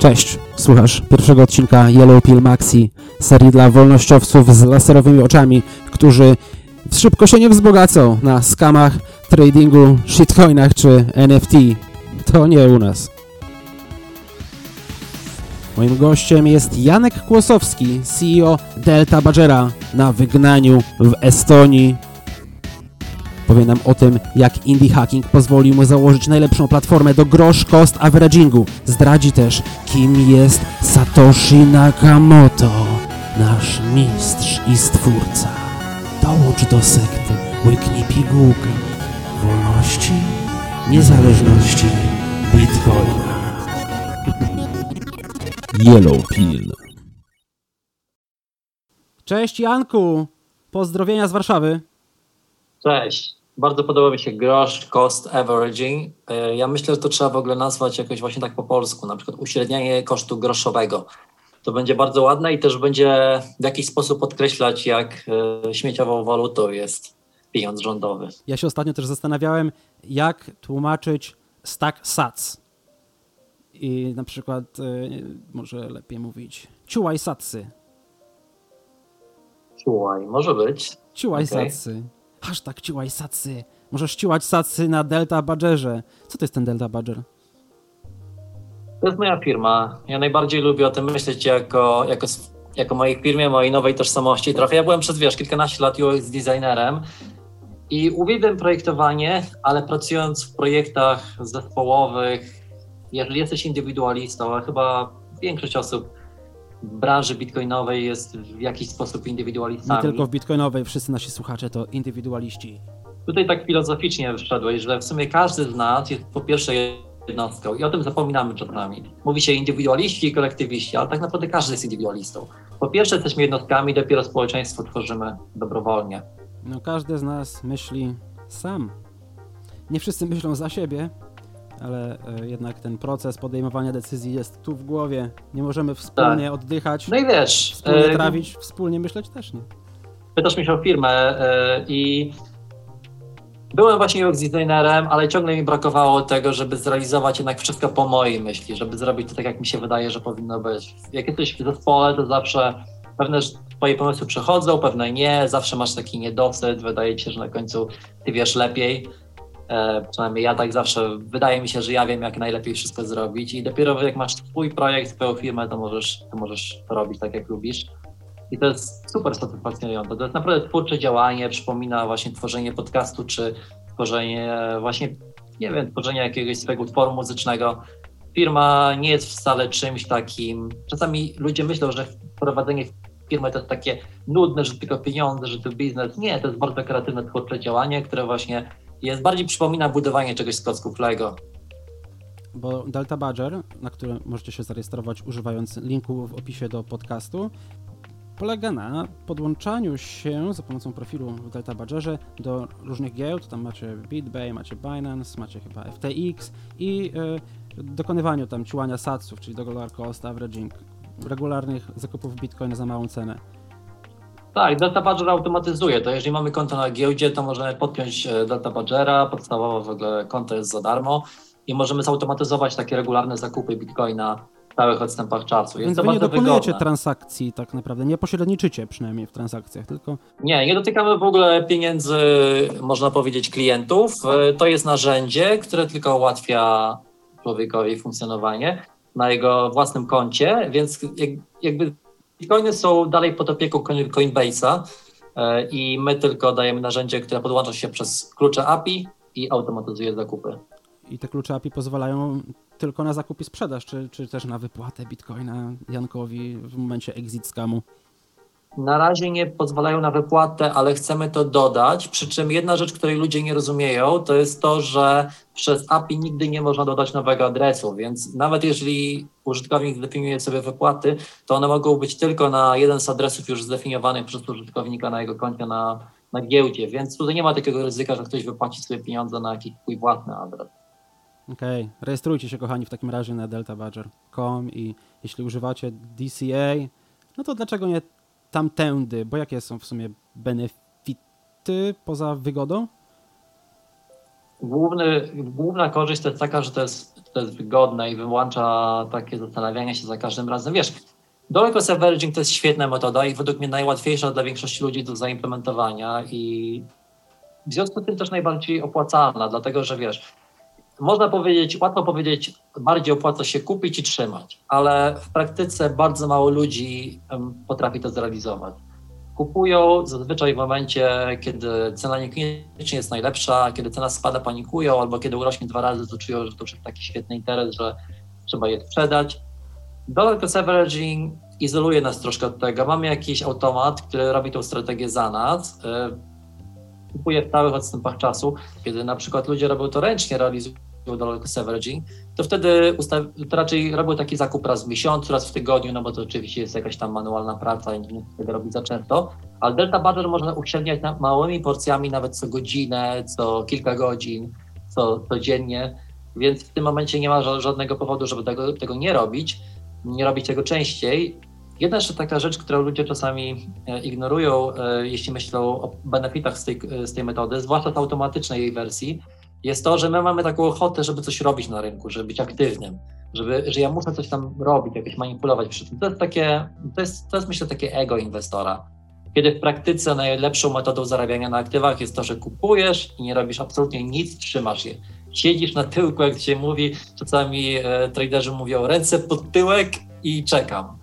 Cześć, słuchasz pierwszego odcinka Yellow Pill Maxi, serii dla wolnościowców z laserowymi oczami, którzy szybko się nie wzbogacą na skamach, tradingu, shitcoinach czy NFT. To nie u nas. Moim gościem jest Janek Kłosowski, CEO Delta Badgera na wygnaniu w Estonii. Powie nam o tym, jak indie hacking pozwolił mu założyć najlepszą platformę do grosz cost averagingu. Zdradzi też, kim jest Satoshi Nakamoto, nasz mistrz i stwórca. Dołącz do sekty, łyknij pigułkę wolności, niezależności, Bitcoina. Yellow Pill. Cześć Janku, pozdrowienia z Warszawy. Cześć. Bardzo podoba mi się grosz cost averaging. Ja myślę, że to trzeba w ogóle nazwać jakoś właśnie tak po polsku, na przykład uśrednianie kosztu groszowego. To będzie bardzo ładne i też będzie w jakiś sposób podkreślać, jak śmieciową walutą jest pieniądz rządowy. Ja się ostatnio też zastanawiałem, jak tłumaczyć stack sats. I na przykład, może lepiej mówić, ciułaj satsy. Ciułaj, może być. Ciułaj satsy. Hashtag ciułaj satsy. Możesz ciułać satsy na Delta Badgerze. Co to jest ten Delta Badger? To jest moja firma. Ja najbardziej lubię o tym myśleć jako mojej firmie, mojej nowej tożsamości. Trochę ja byłem przez kilkanaście lat UX designerem i uwielbiam projektowanie, ale pracując w projektach zespołowych, jeżeli jesteś indywidualistą, a chyba większość osób w branży bitcoinowej jest w jakiś sposób indywidualistami. Nie tylko w bitcoinowej, wszyscy nasi słuchacze to indywidualiści. Tutaj tak filozoficznie wszedłeś, że w sumie każdy z nas jest po pierwsze jednostką i o tym zapominamy czasami. Mówi się indywidualiści i kolektywiści, ale tak naprawdę każdy jest indywidualistą. Po pierwsze jesteśmy jednostkami, dopiero społeczeństwo tworzymy dobrowolnie. No każdy z nas myśli sam. Nie wszyscy myślą za siebie, ale jednak ten proces podejmowania decyzji jest tu w głowie. Nie możemy wspólnie oddychać, no i wiesz, wspólnie trawić, wspólnie myśleć też nie. Pytasz mnie o firmę i byłem właśnie UX designerem, ale ciągle mi brakowało tego, żeby zrealizować jednak wszystko po mojej myśli, żeby zrobić to tak, jak mi się wydaje, że powinno być. Jak jesteś w zespole, to zawsze pewne twoje pomysły przechodzą, pewne nie, zawsze masz taki niedosyt, wydaje ci się, że na końcu ty wiesz lepiej. Przynajmniej ja tak zawsze, wydaje mi się, że ja wiem, jak najlepiej wszystko zrobić i dopiero jak masz swój projekt, swoją firmę, to możesz to robić tak, jak lubisz. I to jest super satysfakcjonujące. To jest naprawdę twórcze działanie, przypomina właśnie tworzenie podcastu, czy tworzenie właśnie, nie wiem, tworzenie jakiegoś swojego utworu muzycznego. Firma nie jest wcale czymś takim, czasami ludzie myślą, że prowadzenie firmy to jest takie nudne, że tylko pieniądze, że to biznes. Nie, to jest bardzo kreatywne, twórcze działanie, które właśnie bardziej przypomina budowanie czegoś z klocków Lego. Bo Delta Badger, na który możecie się zarejestrować używając linku w opisie do podcastu, polega na podłączaniu się za pomocą profilu w Delta Badgerze do różnych giełd. Tam macie BitBay, macie Binance, macie chyba FTX i dokonywaniu tam ciułania satsów, czyli dollar cost averaging, regularnych zakupów bitcoina za małą cenę. Tak, Delta Badger automatyzuje to. Jeżeli mamy konto na giełdzie, to możemy podpiąć Delta Badgera, podstawowe w ogóle konto jest za darmo i możemy zautomatyzować takie regularne zakupy bitcoina w stałych odstępach czasu. Więc wy nie dokonujecie transakcji tak naprawdę, nie pośredniczycie przynajmniej w transakcjach, tylko... Nie dotykamy w ogóle pieniędzy, można powiedzieć, klientów. To jest narzędzie, które tylko ułatwia człowiekowi funkcjonowanie na jego własnym koncie, więc jakby bitcoiny są dalej pod opieką Coinbase'a i my tylko dajemy narzędzie, które podłącza się przez klucze API i automatyzuje zakupy. I te klucze API pozwalają tylko na zakup i sprzedaż, czy też na wypłatę bitcoina Jankowi w momencie exit scamu? Na razie nie pozwalają na wypłatę, ale chcemy to dodać, przy czym jedna rzecz, której ludzie nie rozumieją, to jest to, że przez API nigdy nie można dodać nowego adresu, więc nawet jeżeli użytkownik zdefiniuje sobie wypłaty, to one mogą być tylko na jeden z adresów już zdefiniowanych przez użytkownika na jego koncie na giełdzie, więc tutaj nie ma takiego ryzyka, że ktoś wypłaci sobie pieniądze na jakiś swój własny adres. Okej, rejestrujcie się kochani w takim razie na deltabadger.com i jeśli używacie DCA, no to dlaczego nie tamtędy, bo jakie są w sumie benefity poza wygodą? Główna korzyść to jest taka, że to jest to jest wygodne i wyłącza takie zastanawianie się za każdym razem. Wiesz, dollar cost averaging to jest świetna metoda i według mnie najłatwiejsza dla większości ludzi do zaimplementowania i w związku z tym też najbardziej opłacalna, dlatego że wiesz, można powiedzieć, łatwo powiedzieć, bardziej opłaca się kupić i trzymać, ale w praktyce bardzo mało ludzi potrafi to zrealizować. Kupują zazwyczaj w momencie, kiedy cena niekoniecznie jest najlepsza, kiedy cena spada, panikują, albo kiedy urośnie 2 razy, to czują, że to już jest taki świetny interes, że trzeba je sprzedać. Dollar cost averaging izoluje nas troszkę od tego. Mamy jakiś automat, który robi tą strategię za nas. Kupuje w stałych odstępach czasu. Kiedy na przykład ludzie robią to ręcznie, realizują dollar cost averaging, to wtedy to raczej robią taki zakup raz w miesiącu, raz w tygodniu, no bo to oczywiście jest jakaś tam manualna praca i nie chcę tego robić za często, ale Delta Badger można uśredniać małymi porcjami, nawet co godzinę, co kilka godzin, codziennie, więc w tym momencie nie ma żadnego powodu, żeby tego nie robić tego częściej. Jedna jeszcze taka rzecz, którą ludzie czasami ignorują, jeśli myślą o benefitach z tej metody, zwłaszcza z automatycznej jej wersji, jest to, że my mamy taką ochotę, żeby coś robić na rynku, żeby być aktywnym, że ja muszę coś tam robić, jakoś manipulować przy tym. To jest myślę takie ego inwestora. Kiedy w praktyce najlepszą metodą zarabiania na aktywach jest to, że kupujesz i nie robisz absolutnie nic, trzymasz je. Siedzisz na tyłku, jak się mówi, czasami traderzy mówią ręce pod tyłek i czekam.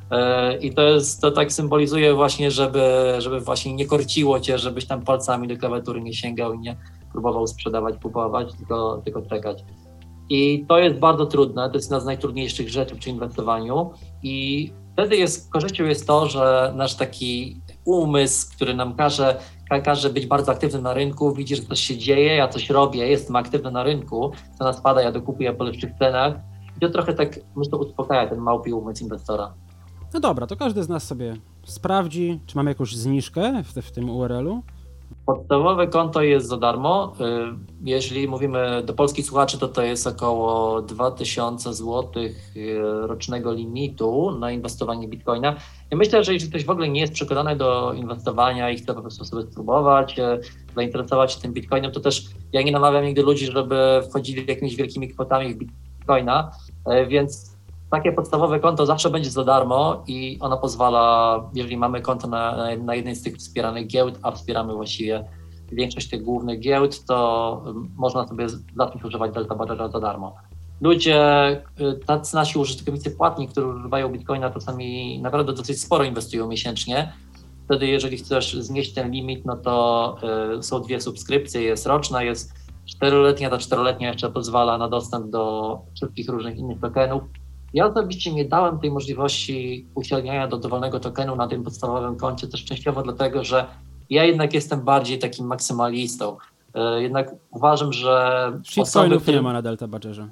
I to tak symbolizuje właśnie, żeby właśnie nie korciło cię, żebyś tam palcami do klawiatury nie sięgał i nie próbował sprzedawać, kupować, tylko czekać. I to jest bardzo trudne, to jest jedna z najtrudniejszych rzeczy przy inwestowaniu i wtedy korzyścią jest to, że nasz taki umysł, który nam każe być bardzo aktywnym na rynku, widzi, że coś się dzieje, ja coś robię, jestem aktywny na rynku, cena spada, ja dokupuję po lepszych cenach i to trochę tak, myślę, uspokaja ten małpi umysł inwestora. No dobra, to każdy z nas sobie sprawdzi, czy mamy jakąś zniżkę w tym URL-u. Podstawowe konto jest za darmo. Jeśli mówimy do polskich słuchaczy, to jest około 2000 zł rocznego limitu na inwestowanie w Bitcoina. Ja myślę, że jeśli ktoś w ogóle nie jest przekonany do inwestowania i chce po prostu sobie spróbować, zainteresować się tym Bitcoinem, to też ja nie namawiam nigdy ludzi, żeby wchodzili jakimiś wielkimi kwotami w Bitcoina, więc takie podstawowe konto zawsze będzie za darmo i ono pozwala, jeżeli mamy konto na jednej z tych wspieranych giełd, a wspieramy właściwie większość tych głównych giełd, to można sobie zacząć używać Delta Badgera za darmo. Ludzie, tacy nasi użytkownicy płatni, którzy używają Bitcoina, czasami naprawdę dosyć sporo inwestują miesięcznie. Wtedy jeżeli chcesz znieść ten limit, no to są 2 subskrypcje, jest roczna, jest 4-letnia, ta 4-letnia jeszcze pozwala na dostęp do wszystkich różnych innych tokenów. Ja osobiście nie dałem tej możliwości uśredniania do dowolnego tokenu na tym podstawowym koncie, też częściowo dlatego, że ja jednak jestem bardziej takim maksymalistą. Jednak uważam, że shitcoinów nie ma na Delta Badgerze.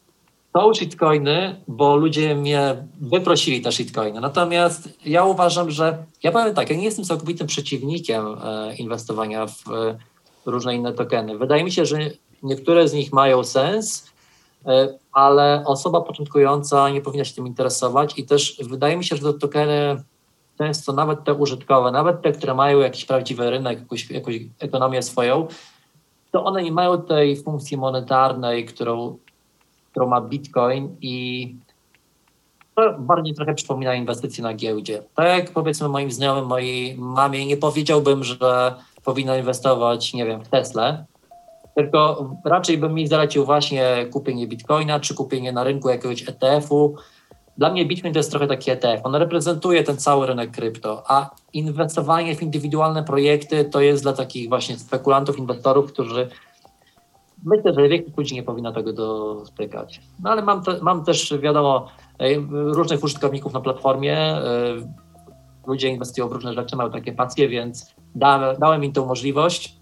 Są shitcoiny, bo ludzie mnie wyprosili te shitcoiny. Natomiast ja uważam, ja powiem tak, ja nie jestem całkowitym przeciwnikiem inwestowania w różne inne tokeny. Wydaje mi się, że niektóre z nich mają sens, ale osoba początkująca nie powinna się tym interesować i też wydaje mi się, że te tokeny często, nawet te użytkowe, nawet te, które mają jakiś prawdziwy rynek, jakąś ekonomię swoją, to one nie mają tej funkcji monetarnej, którą ma Bitcoin i to bardziej trochę przypomina inwestycje na giełdzie. Tak jak powiedzmy moim znajomym, mojej mamie, nie powiedziałbym, że powinna inwestować, nie wiem, w Teslę, tylko raczej bym mi zalecił właśnie kupienie Bitcoina, czy kupienie na rynku jakiegoś ETF-u. Dla mnie Bitcoin to jest trochę taki ETF, on reprezentuje ten cały rynek krypto, a inwestowanie w indywidualne projekty to jest dla takich właśnie spekulantów, inwestorów, którzy myślę, że większość ludzi nie powinna tego dotykać. No ale mam też, wiadomo, różnych użytkowników na platformie, ludzie inwestują w różne rzeczy, mają takie pasje, więc dałem im tę możliwość.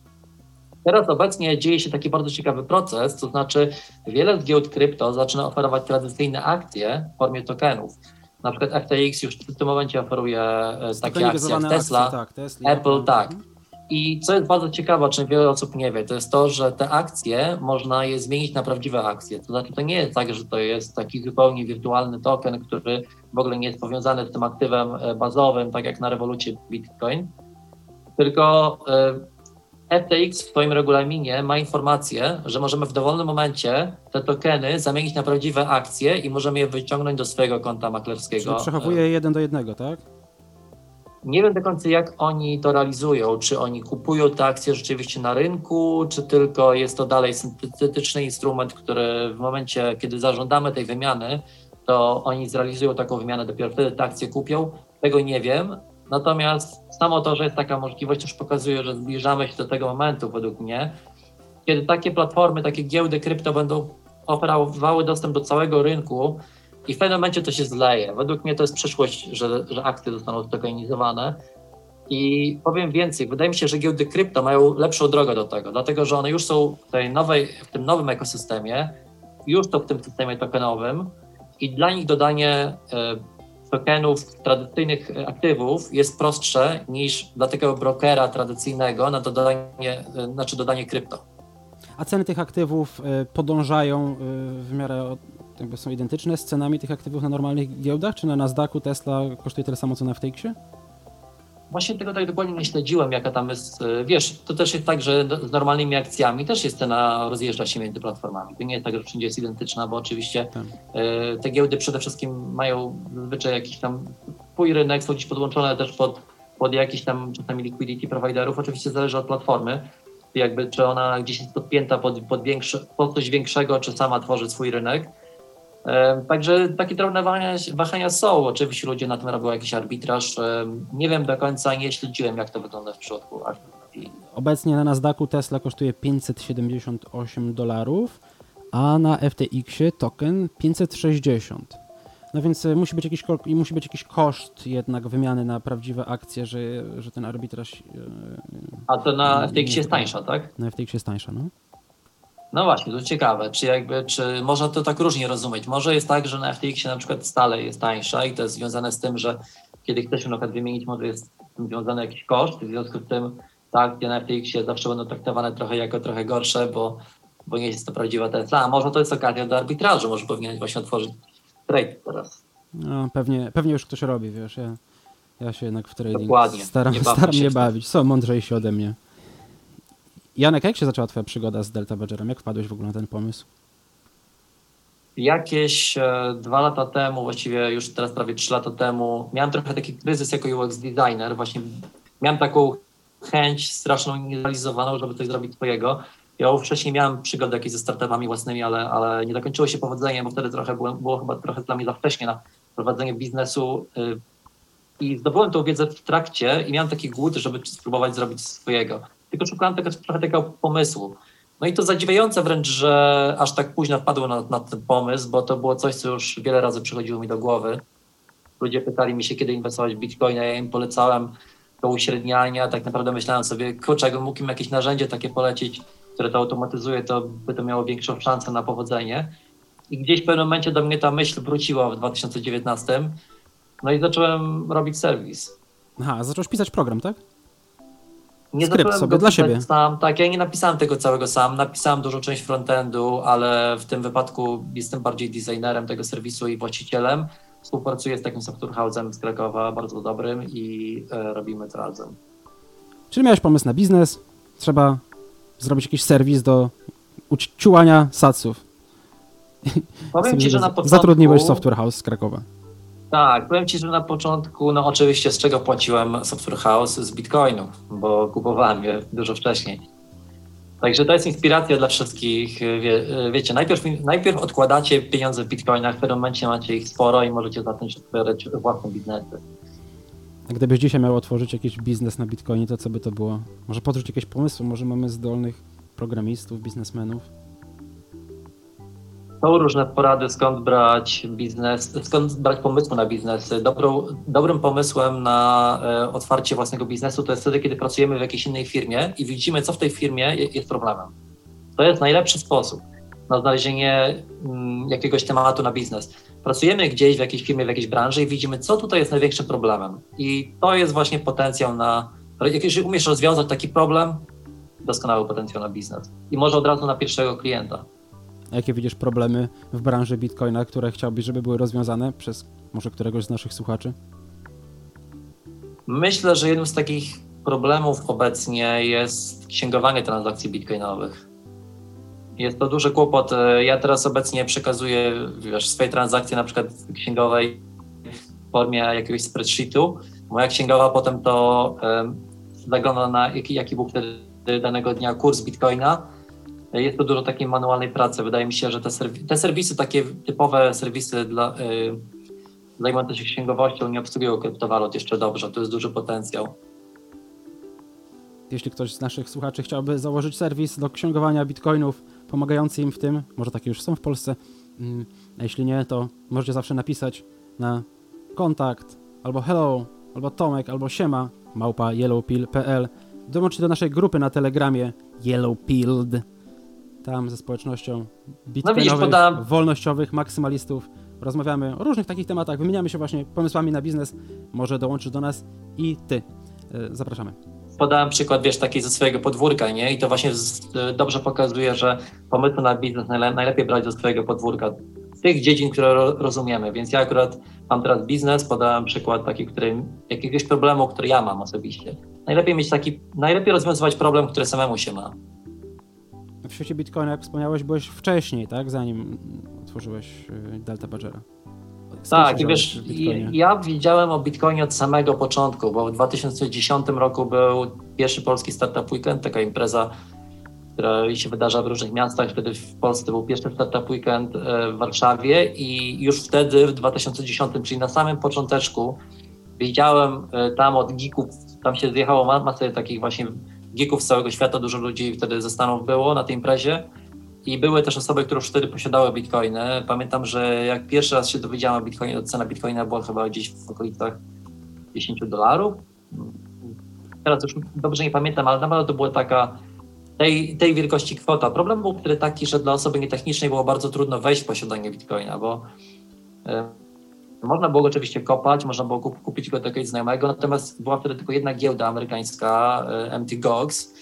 Teraz obecnie dzieje się taki bardzo ciekawy proces, to znaczy wiele z giełd krypto zaczyna oferować tradycyjne akcje w formie tokenów. Na przykład FTX już w tym momencie oferuje takie akcje jak Tesla, tak, Apple, tak. I co jest bardzo ciekawe, o czym wiele osób nie wie, to jest to, że te akcje można je zmienić na prawdziwe akcje. To znaczy to nie jest tak, że to jest taki zupełnie wirtualny token, który w ogóle nie jest powiązany z tym aktywem bazowym, tak jak na rewolucie Bitcoin, tylko FTX w swoim regulaminie ma informację, że możemy w dowolnym momencie te tokeny zamienić na prawdziwe akcje i możemy je wyciągnąć do swojego konta maklerskiego. Czyli przechowuje je 1 do 1, tak? Nie wiem do końca, jak oni to realizują. Czy oni kupują te akcje rzeczywiście na rynku, czy tylko jest to dalej syntetyczny instrument, który w momencie, kiedy zażądamy tej wymiany, to oni zrealizują taką wymianę, dopiero wtedy te akcje kupią. Tego nie wiem. Natomiast samo to, że jest taka możliwość, już pokazuje, że zbliżamy się do tego momentu, według mnie, kiedy takie platformy, takie giełdy krypto będą oferowały dostęp do całego rynku i w pewnym momencie to się zleje. Według mnie to jest przyszłość, że akcje zostaną ztokenizowane. I powiem więcej, wydaje mi się, że giełdy krypto mają lepszą drogę do tego, dlatego że one już są w tym nowym ekosystemie, już to w tym systemie tokenowym i dla nich dodanie tokenów tradycyjnych aktywów jest prostsze niż dla takiego brokera tradycyjnego na dodanie krypto. A ceny tych aktywów podążają w miarę, jakby są identyczne z cenami tych aktywów na normalnych giełdach? Czy na Nasdaqu Tesla kosztuje tyle samo co na FTX-ie? Właśnie tego tak dokładnie nie śledziłem, jaka tam jest, wiesz, to też jest tak, że z normalnymi akcjami też jest cena, rozjeżdża się między platformami. To nie jest tak, że wszędzie jest identyczna, bo oczywiście te giełdy przede wszystkim mają zazwyczaj jakiś tam swój rynek, są gdzieś podłączone też pod jakiś tam czasami liquidity providerów, oczywiście zależy od platformy, jakby czy ona gdzieś jest podpięta pod coś większego, czy sama tworzy swój rynek. Także takie drobne wahania są. Oczywiście ludzie na tym robią jakiś arbitraż. Nie wiem do końca, nie śledziłem, jak to wygląda w przypadku. Obecnie na Nasdaqu Tesla kosztuje $578, a na FTX-ie token 560. No więc musi być jakiś koszt jednak wymiany na prawdziwe akcje, że ten arbitraż... A to na FTX jest tańsza, tak? Na FTX jest tańsza, no. No właśnie, to ciekawe, czy można to tak różnie rozumieć. Może jest tak, że na FTX na przykład stale jest tańsza i to jest związane z tym, że kiedy chcesz ją na przykład wymienić, może jest z tym związany jakiś koszt, w związku z tym te akcje na FTX zawsze będą traktowane trochę gorsze, bo nie jest to prawdziwa Tesla. A może to jest okazja do arbitrażu, może powinien właśnie otworzyć trade teraz. No, pewnie już ktoś robi, wiesz, ja się jednak w trading staram nie bawić, są mądrzejsi ode mnie. Janek, jak się zaczęła twoja przygoda z Delta Badgerem? Jak wpadłeś w ogóle na ten pomysł? Jakieś 2 lata temu, właściwie już teraz prawie 3 lata temu, miałem trochę taki kryzys jako UX designer. Właśnie miałem taką chęć straszną, nierealizowaną, żeby coś zrobić swojego. Ja wcześniej miałem przygody jakieś ze startupami własnymi, ale nie zakończyło się powodzeniem, bo wtedy było chyba trochę dla mnie za wcześnie na prowadzenie biznesu. I zdobyłem tą wiedzę w trakcie i miałem taki głód, żeby spróbować zrobić swojego. Tylko szukałem trochę takiego pomysłu. No i to zadziwiające wręcz, że aż tak późno wpadłem na ten pomysł, bo to było coś, co już wiele razy przychodziło mi do głowy. Ludzie pytali mi się, kiedy inwestować w Bitcoina, ja im polecałem to uśrednianie, a tak naprawdę myślałem sobie, kurczę, jakbym mógł im jakieś narzędzie takie polecić, które to automatyzuje, to by to miało większą szansę na powodzenie. I gdzieś w pewnym momencie do mnie ta myśl wróciła w 2019, no i zacząłem robić serwis. Aha, zacząłeś pisać program, tak? Nie skrypt sobie dla siebie. Sam, tak, ja nie napisałem tego całego sam, napisałem dużą część frontendu, ale w tym wypadku jestem bardziej designerem tego serwisu i właścicielem. Współpracuję z takim software house'em z Krakowa, bardzo dobrym i robimy to razem. Czyli miałeś pomysł na biznes, trzeba zrobić jakiś serwis do ciułania satsów. Powiem ci, że na początku... Zatrudniłeś software house z Krakowa. Tak, powiem ci, że na początku, no oczywiście z czego płaciłem software house? Z bitcoinów, bo kupowałem je dużo wcześniej. Także to jest inspiracja dla wszystkich. Wiecie, najpierw odkładacie pieniądze w bitcoinach, w pewnym momencie macie ich sporo i możecie zacząć otwierać własne biznesy. A gdybyś dzisiaj miał otworzyć jakiś biznes na bitcoinie, to co by to było? Może podrzuć jakieś pomysły, może mamy zdolnych programistów, biznesmenów? Są różne porady, skąd brać pomysły na biznesy. Dobrym pomysłem na otwarcie własnego biznesu to jest wtedy, kiedy pracujemy w jakiejś innej firmie i widzimy, co w tej firmie jest problemem. To jest najlepszy sposób na znalezienie jakiegoś tematu na biznes. Pracujemy gdzieś w jakiejś firmie, w jakiejś branży i widzimy, co tutaj jest największym problemem. I to jest właśnie potencjał jeżeli umiesz rozwiązać taki problem, doskonały potencjał na biznes. I może od razu na pierwszego klienta. A jakie widzisz problemy w branży Bitcoina, które chciałbyś, żeby były rozwiązane przez może któregoś z naszych słuchaczy? Myślę, że jednym z takich problemów obecnie jest księgowanie transakcji bitcoinowych. Jest to duży kłopot. Ja teraz obecnie przekazuję swoje transakcje na przykład księgowej w formie jakiegoś spreadsheetu. Moja księgowa potem to zagląda na jaki był wtedy danego dnia kurs bitcoina. Jest to dużo takiej manualnej pracy. Wydaje mi się, że te serwisy, takie typowe serwisy zajmujące się księgowością, nie obsługują kryptowalut jeszcze dobrze. To jest duży potencjał. Jeśli ktoś z naszych słuchaczy chciałby założyć serwis do księgowania bitcoinów, pomagający im w tym, może takie już są w Polsce, a jeśli nie, to możecie zawsze napisać na kontakt, albo hello, albo Tomek, albo siema, @yellowpill.pl. Dołączcie do naszej grupy na Telegramie Yellowpilled. Tam ze społecznością bitcoinowych, wolnościowych, maksymalistów rozmawiamy o różnych takich tematach, wymieniamy się właśnie pomysłami na biznes. Może dołączysz do nas i ty. Zapraszamy. Podałem przykład, takiej ze swojego podwórka, nie? I to właśnie dobrze pokazuje, że pomysły na biznes najlepiej brać ze swojego podwórka. Z tych dziedzin, które rozumiemy. Więc ja akurat mam teraz biznes, podałem przykład taki, jakiegoś problemu, który ja mam osobiście. Najlepiej rozwiązywać problem, który samemu się ma. W świecie Bitcoina, jak wspomniałeś, byłeś wcześniej, tak? Zanim otworzyłeś Delta Badgera. Tak, ja wiedziałem o Bitcoinie od samego początku, bo w 2010 roku był pierwszy polski Startup Weekend, taka impreza, która się wydarza w różnych miastach. Wtedy w Polsce był pierwszy Startup Weekend w Warszawie i już wtedy w 2010, czyli na samym począteczku, wiedziałem tam od geeków, tam się zjechało masę takich właśnie geeków z całego świata, dużo ludzi wtedy ze Stanów było na tej imprezie. I były też osoby, które już wtedy posiadały bitcoiny. Pamiętam, że jak pierwszy raz się dowiedziałem o bitcoinie, to cena bitcoina była chyba gdzieś w okolicach $10. Teraz już dobrze nie pamiętam, ale naprawdę to była taka tej wielkości kwota. Problem był wtedy taki, że dla osoby nietechnicznej było bardzo trudno wejść w posiadanie bitcoina, bo można było go oczywiście kopać, można było kupić go do jakiegoś znajomego, natomiast była wtedy tylko jedna giełda amerykańska, Mt. Gox,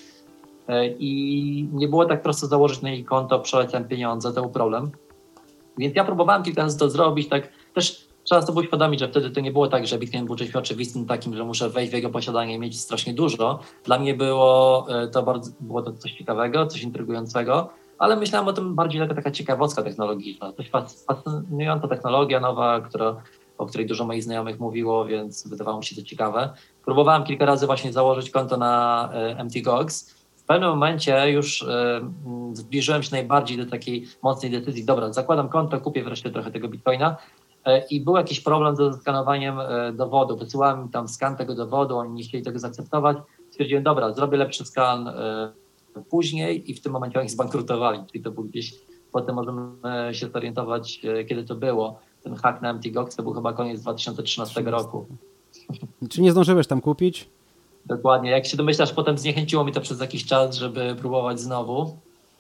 i nie było tak prosto założyć na jej konto, przelać tam pieniądze, to był problem. Więc ja próbowałem kilka razy to zrobić, tak też trzeba sobie uświadomić, że wtedy to nie było tak, że Bitcoin był czymś oczywistym takim, że muszę wejść w jego posiadanie i mieć strasznie dużo. Dla mnie było to coś ciekawego, coś intrygującego, ale myślałem o tym bardziej jako taka ciekawostka technologiczna, coś fascynująca technologia nowa, o której dużo moich znajomych mówiło, więc wydawało mi się to ciekawe. Próbowałem kilka razy właśnie założyć konto na Mt. Gox. W pewnym momencie już zbliżyłem się najbardziej do takiej mocnej decyzji, dobra, zakładam konto, kupię wreszcie trochę tego bitcoina i był jakiś problem ze skanowaniem dowodu. Wysyłałem im tam skan tego dowodu, oni nie chcieli tego zaakceptować. Stwierdziłem, dobra, zrobię lepszy skan później i w tym momencie oni zbankrutowali, czyli to był gdzieś, potem możemy się zorientować, kiedy to było. Ten hack na Mt. Gox to był chyba koniec 2013 roku. Czy nie zdążyłeś tam kupić? Dokładnie. Jak się domyślasz, potem zniechęciło mi to przez jakiś czas, żeby próbować znowu.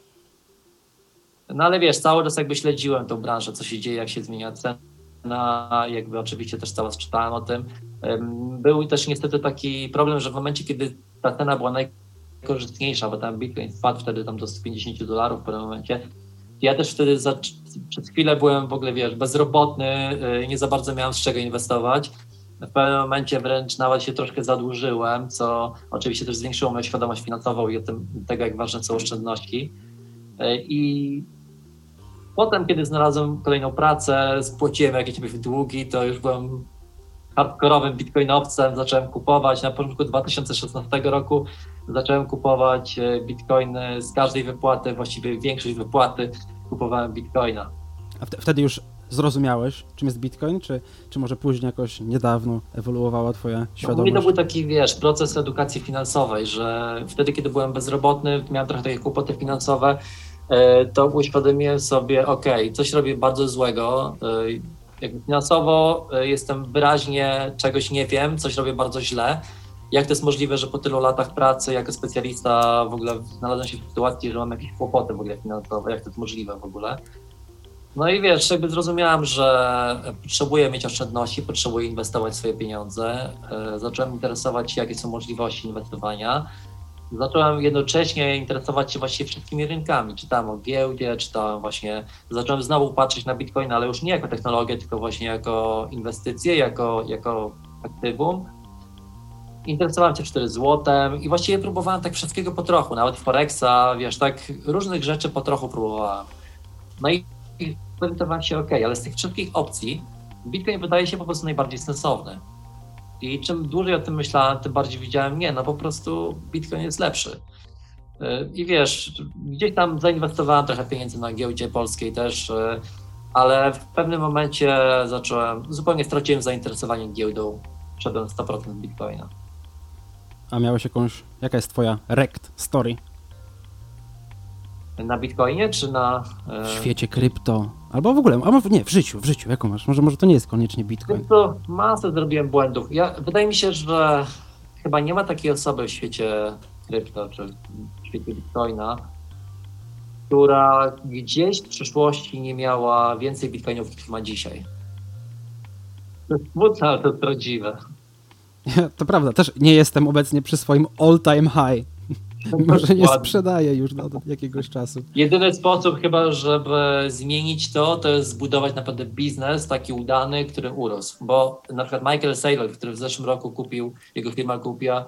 No ale wiesz, cały czas jakby śledziłem tą branżę, co się dzieje, jak się zmienia cena, jakby oczywiście też cały czas czytałem o tym. Był też niestety taki problem, że w momencie, kiedy ta cena była najkorzystniejsza, bo tam Bitcoin spadł wtedy tam do $150 w pewnym momencie, ja też wtedy przez chwilę byłem w ogóle, bezrobotny, nie za bardzo miałem z czego inwestować. W pewnym momencie wręcz nawet się troszkę zadłużyłem, co oczywiście też zwiększyło moją świadomość finansową i tego, jak ważne są oszczędności. I potem, kiedy znalazłem kolejną pracę, spłaciłem jakieś długi, to już byłem hardkorowym bitcoinowcem, zacząłem kupować. Na początku 2016 roku zacząłem kupować bitcoiny z każdej wypłaty, właściwie większość wypłaty kupowałem bitcoina. A wtedy już zrozumiałeś, czym jest Bitcoin, czy może później jakoś niedawno ewoluowała twoja świadomość? No, to był taki, proces edukacji finansowej, że wtedy, kiedy byłem bezrobotny, miałem trochę takie kłopoty finansowe, to uświadomiłem sobie, coś robię bardzo złego, jakby finansowo jestem wyraźnie, czegoś nie wiem, coś robię bardzo źle. Jak to jest możliwe, że po tylu latach pracy jako specjalista w ogóle znalazłem się w sytuacji, że mam jakieś kłopoty w ogóle finansowe, jak to jest możliwe w ogóle. No i jakby zrozumiałem, że potrzebuję mieć oszczędności, potrzebuję inwestować swoje pieniądze. Zacząłem interesować się, jakie są możliwości inwestowania. Zacząłem jednocześnie interesować się właściwie wszystkimi rynkami. Czytałem o giełdzie, zacząłem znowu patrzeć na Bitcoin, ale już nie jako technologię, tylko właśnie jako inwestycje, jako aktywum. interesowałem się wtedy złotem i właściwie próbowałem tak wszystkiego po trochu, nawet Forexa, wiesz, tak różnych rzeczy po trochu próbowałem. No i zorientowałem się, ale z tych wszystkich opcji Bitcoin wydaje się po prostu najbardziej sensowny. I czym dłużej o tym myślałem, tym bardziej widziałem, po prostu Bitcoin jest lepszy. I wiesz, gdzieś tam zainwestowałem trochę pieniędzy na giełdzie polskiej też, ale w pewnym momencie zupełnie straciłem zainteresowanie giełdą, szedłem 100% Bitcoina. A miałeś jaka jest twoja rekt story? Na Bitcoinie czy na... W świecie krypto, albo w ogóle, nie, w życiu, jaką masz? Może to nie jest koniecznie Bitcoin. To masę zrobiłem błędów. Wydaje mi się, że chyba nie ma takiej osoby w świecie krypto, czy w świecie Bitcoina, która gdzieś w przyszłości nie miała więcej Bitcoinów, niż ma dzisiaj. To jest smutne, ale to jest prawdziwe. To prawda, też nie jestem obecnie przy swoim all-time high. Może nie sprzedaję już od jakiegoś czasu. Jedyny sposób chyba, żeby zmienić to jest zbudować naprawdę biznes taki udany, który urósł. Bo na przykład Michael Saylor, który w zeszłym roku jego firma kupiła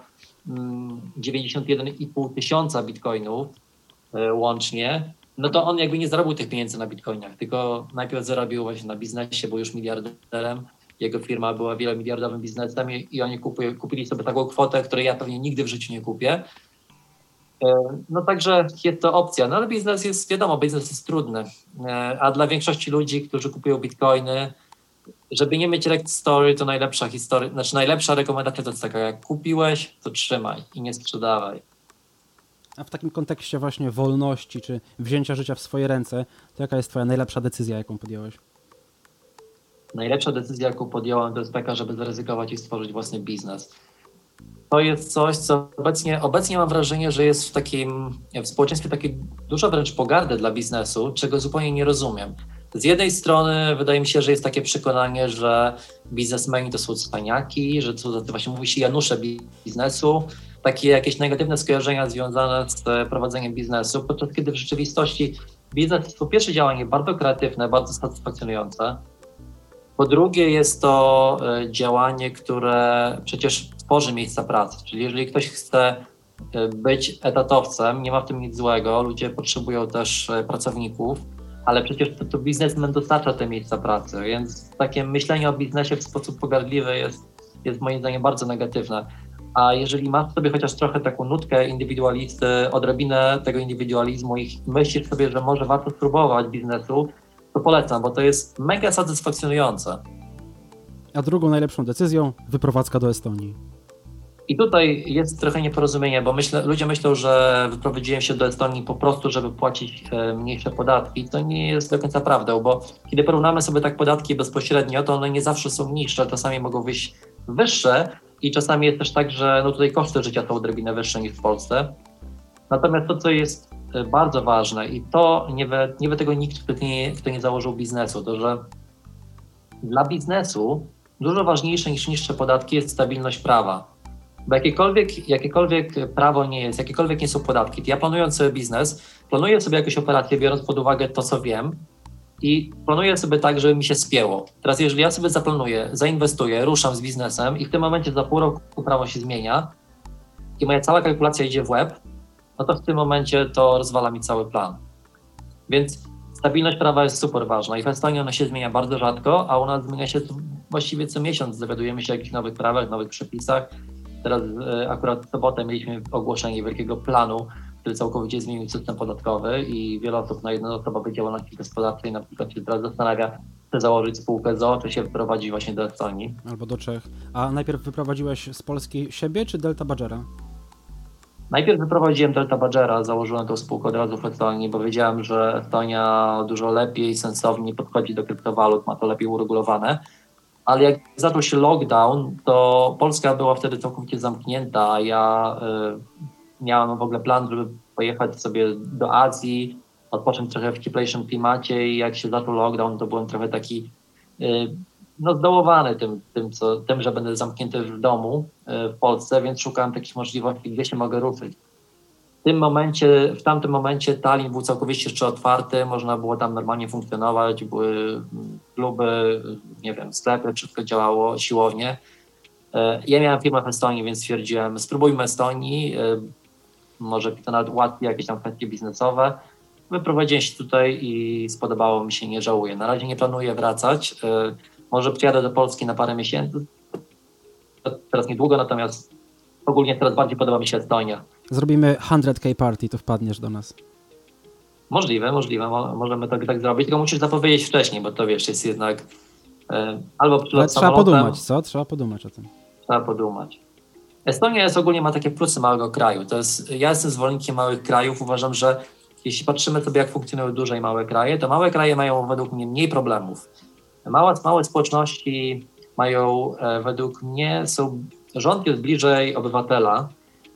91,5 tysiąca bitcoinów łącznie, no to on jakby nie zarobił tych pieniędzy na bitcoinach, tylko najpierw zarobił właśnie na biznesie, był już miliarderem. Jego firma była wielomiliardowym biznesem i oni kupili sobie taką kwotę, której ja pewnie nigdy w życiu nie kupię. No także jest to opcja, no ale biznes jest trudny, a dla większości ludzi, którzy kupują bitcoiny, żeby nie mieć rekt story, to najlepsza rekomendacja to jest taka, jak kupiłeś, to trzymaj i nie sprzedawaj. A w takim kontekście właśnie wolności, czy wzięcia życia w swoje ręce, to jaka jest twoja najlepsza decyzja, jaką podjąłeś? Najlepsza decyzja, jaką podjąłem, to jest taka, żeby zaryzykować i stworzyć własny biznes. To jest coś, co obecnie mam wrażenie, że jest w społeczeństwie takie dużo wręcz pogardy dla biznesu, czego zupełnie nie rozumiem. Z jednej strony wydaje mi się, że jest takie przekonanie, że biznesmeni to są cwaniaki, że to właśnie mówi się Janusze biznesu, takie jakieś negatywne skojarzenia związane z prowadzeniem biznesu, podczas kiedy w rzeczywistości biznes jest po pierwsze działanie bardzo kreatywne, bardzo satysfakcjonujące. Po drugie jest to działanie, które przecież tworzy miejsca pracy, czyli jeżeli ktoś chce być etatowcem, nie ma w tym nic złego, ludzie potrzebują też pracowników, ale przecież to biznesmen dostarcza te miejsca pracy, więc takie myślenie o biznesie w sposób pogardliwy jest moim zdaniem bardzo negatywne. A jeżeli masz sobie chociaż trochę taką nutkę indywidualisty, odrobinę tego indywidualizmu i myślisz sobie, że może warto spróbować biznesu, to polecam, bo to jest mega satysfakcjonujące. A drugą najlepszą decyzją wyprowadzka do Estonii. I tutaj jest trochę nieporozumienie, bo ludzie myślą, że wyprowadziłem się do Estonii po prostu, żeby płacić mniejsze podatki. To nie jest do końca prawdą, bo kiedy porównamy sobie tak podatki bezpośrednio, to one nie zawsze są niższe, czasami mogą wyjść wyższe i czasami jest też tak, że tutaj koszty życia są odrobinę wyższe niż w Polsce. Natomiast to, co jest bardzo ważne i to nie wie tego nikt, kto nie założył biznesu, to że dla biznesu dużo ważniejsze niż niższe podatki jest stabilność prawa. Bo jakiekolwiek prawo nie jest, jakiekolwiek nie są podatki, to ja planując sobie biznes, planuję sobie jakąś operację, biorąc pod uwagę to, co wiem i planuję sobie tak, żeby mi się spięło. Teraz jeżeli ja sobie zaplanuję, zainwestuję, ruszam z biznesem i w tym momencie za pół roku prawo się zmienia i moja cała kalkulacja idzie w łeb, no to w tym momencie to rozwala mi cały plan. Więc stabilność prawa jest super ważna i w Estonii ona się zmienia bardzo rzadko, a u nas zmienia się właściwie co miesiąc. Dowiadujemy się o jakichś nowych prawach, nowych przepisach. Teraz akurat w sobotę mieliśmy ogłoszenie wielkiego planu, który całkowicie zmienił system podatkowy i wiele osób na jednoosobowej działalności gospodarczej na przykład się teraz zastanawia, czy założyć spółkę z o.o., czy się wyprowadzić właśnie do Estonii. Albo do Czech. A najpierw wyprowadziłeś z Polski siebie czy Delta Badgera? Najpierw wyprowadziłem Delta Badgera, założyłem tą spółkę od razu w Estonii, bo wiedziałem, że Estonia dużo lepiej, sensowniej podchodzi do kryptowalut, ma to lepiej uregulowane. Ale jak zaczął się lockdown, to Polska była wtedy całkowicie zamknięta, a ja miałem w ogóle plan, żeby pojechać sobie do Azji, odpocząć trochę w cieplejszym klimacie i jak się zaczął lockdown, to byłem trochę taki zdołowany tym, że będę zamknięty w domu w Polsce, więc szukałem takich możliwości, gdzie się mogę ruszyć. W tamtym momencie Tallinn był całkowicie jeszcze otwarty, można było tam normalnie funkcjonować, były kluby, sklepy, wszystko działało, siłownie. Ja miałem firmę w Estonii, więc stwierdziłem, spróbujmy Estonii, może to nawet ułatwi jakieś tam kwestie biznesowe. Wyprowadziłem się tutaj i spodobało mi się, nie żałuję. Na razie nie planuję wracać. Może przyjadę do Polski na parę miesięcy, teraz niedługo, natomiast ogólnie teraz bardziej podoba mi się Estonia. Zrobimy 100K party, to wpadniesz do nas. Możliwe, możemy tak zrobić, tylko musisz zapowiedzieć wcześniej, bo to wiesz, jest jednak albo przylot Ale trzeba samolotem. podumać, co? Trzeba podumać o tym. Trzeba podumać. Estonia ogólnie ma takie plusy małego kraju. Ja jestem zwolennikiem małych krajów. Uważam, że jeśli patrzymy sobie, jak funkcjonują duże i małe kraje, to małe kraje mają według mnie mniej problemów. Małe społeczności mają według mnie, rząd jest bliżej obywatela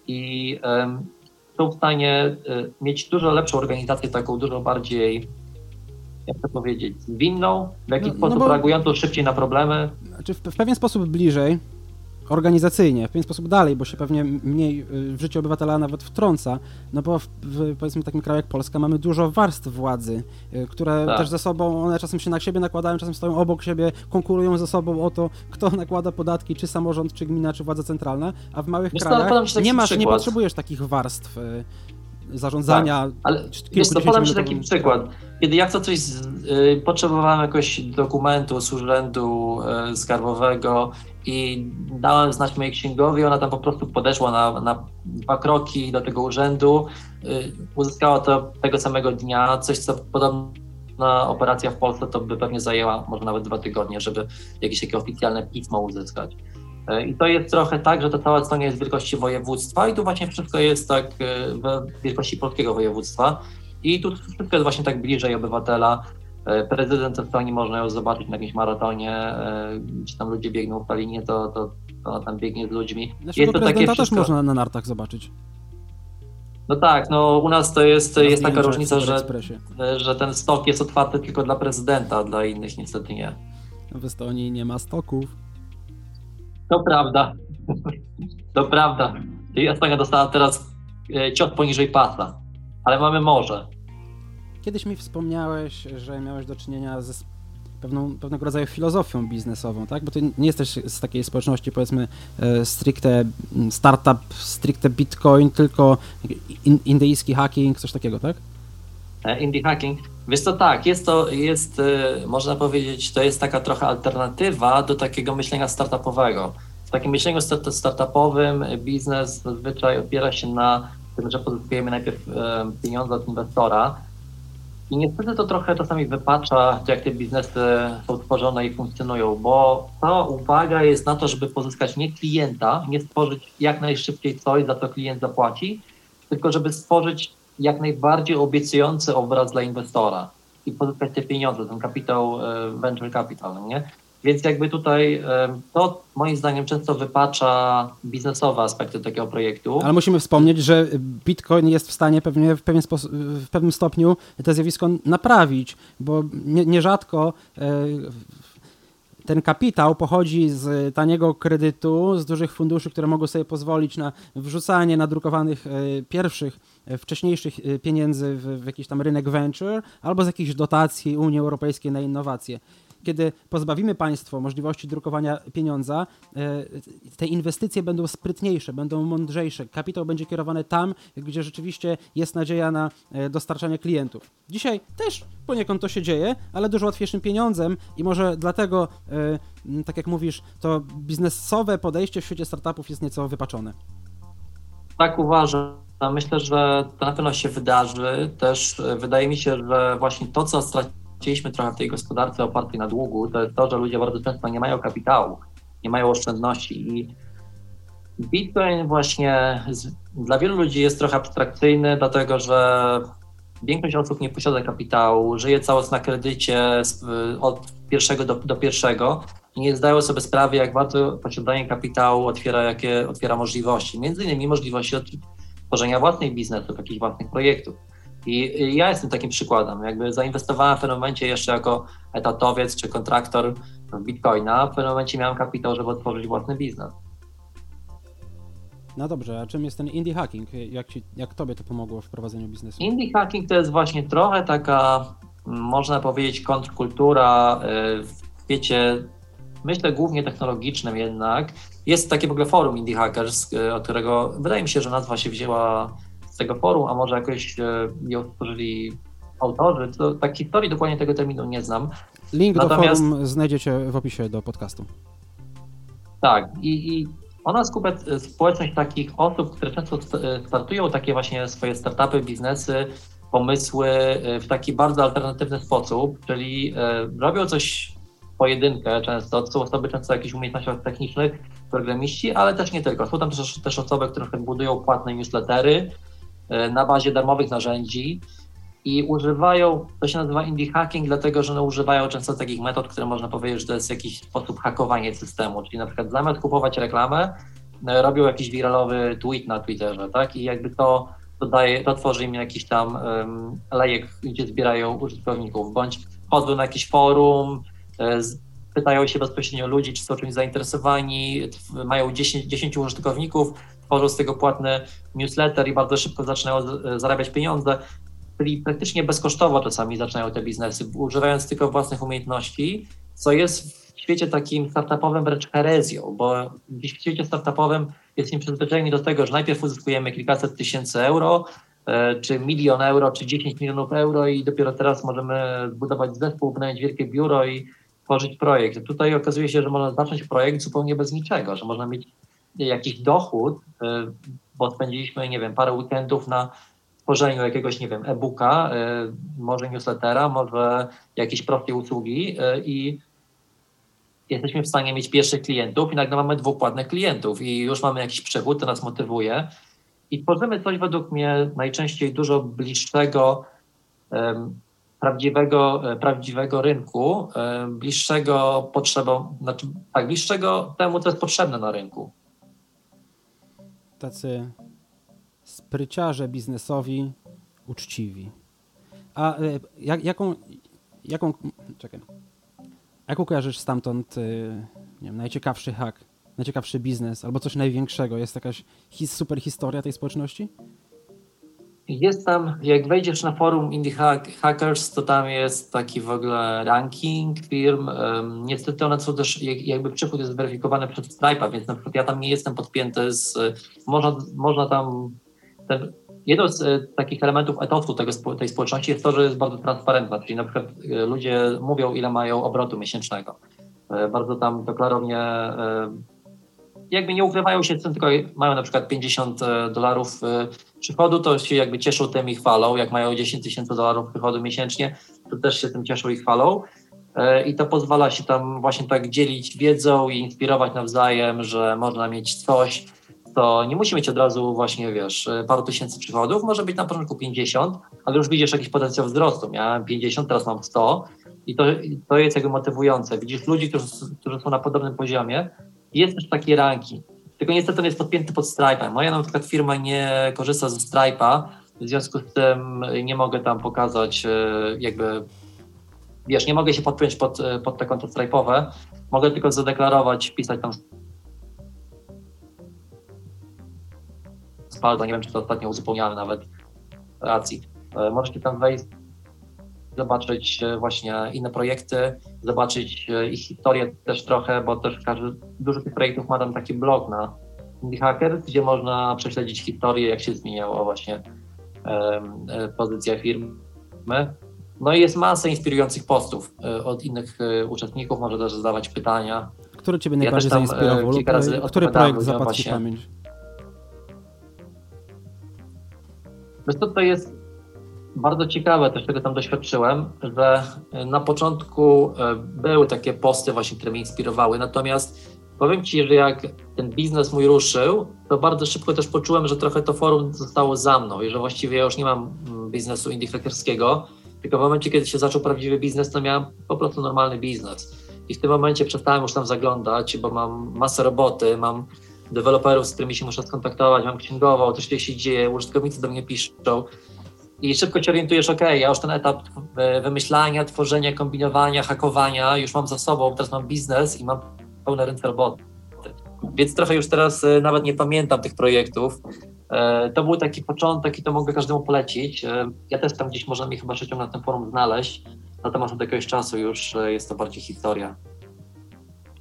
i są w stanie mieć dużo lepszą organizację, taką dużo bardziej, jak to powiedzieć, zwinną, w jakiś sposób reagującą szybciej na problemy. Znaczy w pewien sposób bliżej, organizacyjnie, w pewien sposób dalej, bo się pewnie mniej w życie obywatela nawet wtrąca, no bo w powiedzmy takim kraju jak Polska mamy dużo warstw władzy, które też ze sobą, one czasem się na siebie nakładają, czasem stoją obok siebie, konkurują ze sobą o to, kto nakłada podatki, czy samorząd, czy gmina, czy władza centralna, a w małych krajach nie potrzebujesz takich warstw zarządzania. Tak, ale wiesz co, podam ci taki przykład. Kiedy ja chcę coś, potrzebowałem jakiegoś dokumentu z urzędu skarbowego i dałem znać mojej księgowi, ona tam po prostu podeszła na 2 kroki do tego urzędu, uzyskała to tego samego dnia, coś co podobna operacja w Polsce to by pewnie zajęła może nawet 2 tygodnie, żeby jakieś takie oficjalne pismo uzyskać. I to jest trochę tak, że ta cała Estonia jest wielkości województwa i tu właśnie wszystko jest tak w wielkości polskiego województwa i tu wszystko jest właśnie tak bliżej obywatela. Prezydent Estonii można ją zobaczyć na jakimś maratonie, gdzie tam ludzie biegną w Tallinie, to tam biegnie z ludźmi. Naszego prezydenta też można na nartach zobaczyć. No tak, no u nas to jest taka różnica, że ten stok jest otwarty tylko dla prezydenta, dla innych niestety nie. W Estonii nie ma stoków. To prawda. To prawda. Czyli Estonia dostała teraz cios poniżej pasa, ale mamy morze. Kiedyś mi wspomniałeś, że miałeś do czynienia ze pewnego rodzaju filozofią biznesową, tak? Bo ty nie jesteś z takiej społeczności, powiedzmy, stricte startup, stricte bitcoin, tylko indyjski hacking, coś takiego, tak? Indie hacking. Wiesz co, tak, jest, można powiedzieć, to jest taka trochę alternatywa do takiego myślenia startupowego. W takim myśleniu startupowym biznes zazwyczaj opiera się na tym, że pozyskujemy najpierw pieniądze od inwestora i niestety to trochę czasami wypacza, jak te biznesy są tworzone i funkcjonują, bo ta uwaga jest na to, żeby pozyskać nie klienta, nie stworzyć jak najszybciej coś, za co klient zapłaci, tylko żeby stworzyć jak najbardziej obiecujący obraz dla inwestora i pozyskać te pieniądze, ten kapitał, venture capital, nie? Więc jakby tutaj to moim zdaniem często wypacza biznesowe aspekty takiego projektu. Ale musimy wspomnieć, że Bitcoin jest w stanie pewnie w pewnym stopniu to zjawisko naprawić, bo nierzadko ten kapitał pochodzi z taniego kredytu, z dużych funduszy, które mogą sobie pozwolić na wrzucanie nadrukowanych wcześniejszych pieniędzy w jakiś tam rynek venture albo z jakichś dotacji Unii Europejskiej na innowacje. Kiedy pozbawimy państwo możliwości drukowania pieniądza, te inwestycje będą sprytniejsze, będą mądrzejsze. Kapitał będzie kierowany tam, gdzie rzeczywiście jest nadzieja na dostarczanie klientów. Dzisiaj też poniekąd to się dzieje, ale dużo łatwiejszym pieniądzem i może dlatego, tak jak mówisz, to biznesowe podejście w świecie startupów jest nieco wypaczone. Tak uważam. Myślę, że to na pewno się wydarzy. Też wydaje mi się, że właśnie to, co straciliśmy trochę w tej gospodarce opartej na długu, to jest to, że ludzie bardzo często nie mają kapitału, nie mają oszczędności i Bitcoin właśnie dla wielu ludzi jest trochę abstrakcyjny, dlatego że większość osób nie posiada kapitału, żyje cały czas na kredycie od pierwszego do pierwszego i nie zdają sobie sprawy, jak bardzo posiadanie kapitału otwiera możliwości, między innymi możliwości tworzenia własnych biznesów, jakichś własnych projektów. I ja jestem takim przykładem. Jakby zainwestowałem w pewnym momencie jeszcze jako etatowiec czy kontraktor w Bitcoina. W pewnym momencie miałem kapitał, żeby otworzyć własny biznes. No dobrze, a czym jest ten indie hacking? Jak tobie to pomogło w prowadzeniu biznesu? Indie hacking to jest właśnie trochę taka, można powiedzieć, kontrkultura w świecie myślę głównie technologicznym jednak. Jest takie w ogóle forum Indie Hackers, od którego wydaje mi się, że nazwa się wzięła z tego forum, a może jakoś ją stworzyli autorzy. To, tak historii dokładnie tego terminu nie znam. Link do forum znajdziecie w opisie do podcastu. Tak, i ona skupia społeczność takich osób, które często startują takie właśnie swoje startupy, biznesy, pomysły w taki bardzo alternatywny sposób, czyli robią coś w pojedynkę często, to są osoby często o jakichś umiejętnościach technicznych, programiści, ale też nie tylko. Są tam też osoby, które budują płatne newslettery na bazie darmowych narzędzi i używają, to się nazywa indie hacking, dlatego że używają często takich metod, które można powiedzieć, że to jest jakiś sposób hakowania systemu, czyli na przykład zamiast kupować reklamę, robią jakiś wiralowy tweet na Twitterze, tak? I jakby to tworzy im jakiś tam lejek, gdzie zbierają użytkowników, bądź wchodzą na jakieś forum, pytają się bezpośrednio ludzi, czy są czymś zainteresowani, mają 10 użytkowników, tworzą z tego płatny newsletter i bardzo szybko zaczynają zarabiać pieniądze, czyli praktycznie bezkosztowo czasami zaczynają te biznesy, używając tylko własnych umiejętności, co jest w świecie takim startupowym wręcz herezją, bo dziś w świecie startupowym jesteśmy przyzwyczajeni do tego, że najpierw uzyskujemy kilkaset tysięcy euro, czy 1 000 000 euro, czy 10 milionów euro i dopiero teraz możemy zbudować zespół, wynająć wielkie biuro i tworzyć projekt. Tutaj okazuje się, że można zacząć projekt zupełnie bez niczego, że można mieć jakiś dochód, bo spędziliśmy, nie wiem, parę weekendów na tworzeniu jakiegoś, nie wiem, e-booka, może newslettera, może jakiejś prostej usługi i jesteśmy w stanie mieć pierwszych klientów i nagle mamy 2 płatnych klientów i już mamy jakiś przychód, to nas motywuje i tworzymy coś według mnie najczęściej dużo bliższego, prawdziwego rynku, bliższego potrzebom, znaczy tak, bliższego temu, co jest potrzebne na rynku. Tacy spryciarze biznesowi, uczciwi. A jaką kojarzysz stamtąd, nie wiem, najciekawszy hack, najciekawszy biznes, albo coś największego? Jest jakaś super historia tej społeczności? Jest tam, jak wejdziesz na forum Indie Hackers, to tam jest taki w ogóle ranking firm. Niestety one są też, jakby przychód jest zweryfikowany przez Stripe'a, więc na przykład ja tam nie jestem podpięty można tam, jedno z takich elementów etosu tej społeczności jest to, że jest bardzo transparentna, czyli na przykład ludzie mówią, ile mają obrotu miesięcznego. Bardzo tam klarownie jakby nie ukrywają się z tym, tylko mają na przykład $50 przychodu, to się jakby cieszą tym i chwalą. Jak mają $10,000 przychodu miesięcznie, to też się tym cieszą i chwalą. I to pozwala się tam właśnie tak dzielić wiedzą i inspirować nawzajem, że można mieć coś, to nie musi mieć od razu właśnie, wiesz, paru tysięcy przychodów, może być na początku 50, ale już widzisz jakiś potencjał wzrostu. Miałem 50, teraz mam 100 i to jest jakby motywujące. Widzisz ludzi, którzy są na podobnym poziomie. Jest też taki ranking, tylko niestety on jest podpięty pod Stripe'em. Moja na przykład firma nie korzysta ze Stripe'a, w związku z tym nie mogę tam pokazać jakby, wiesz, nie mogę się podpiąć pod te konto Stripe'owe, mogę tylko zadeklarować, wpisać tam Spaldo, nie wiem, czy to ostatnio uzupełniałem nawet racji. Możecie tam wejść, zobaczyć właśnie inne projekty, zobaczyć ich historię też trochę, bo też dużo tych projektów ma tam taki blog na Indie Hackers, gdzie można prześledzić historię, jak się zmieniała właśnie pozycja firmy. No i jest masa inspirujących postów od innych uczestników, może też zadawać pytania. Który Ciebie najbardziej zainspirował? Który projekt zapadł Ci w pamięć? Wiesz co, to jest bardzo ciekawe też, czego tam doświadczyłem, że na początku były takie posty właśnie, które mnie inspirowały, natomiast powiem Ci, że jak ten biznes mój ruszył, to bardzo szybko też poczułem, że trochę to forum zostało za mną i że właściwie ja już nie mam biznesu indie hackerskiego, tylko w momencie, kiedy się zaczął prawdziwy biznes, to miałem po prostu normalny biznes. I w tym momencie przestałem już tam zaglądać, bo mam masę roboty, mam deweloperów, z którymi się muszę skontaktować, mam księgową, coś się dzieje, użytkownicy do mnie piszą. I szybko się orientujesz, ja już ten etap wymyślania, tworzenia, kombinowania, hakowania już mam za sobą, teraz mam biznes i mam pełne ręce roboty. Więc trochę już teraz nawet nie pamiętam tych projektów. To był taki początek i to mogę każdemu polecić. Ja też tam gdzieś można mi chyba szycią na tym forum znaleźć, natomiast od jakiegoś czasu już jest to bardziej historia.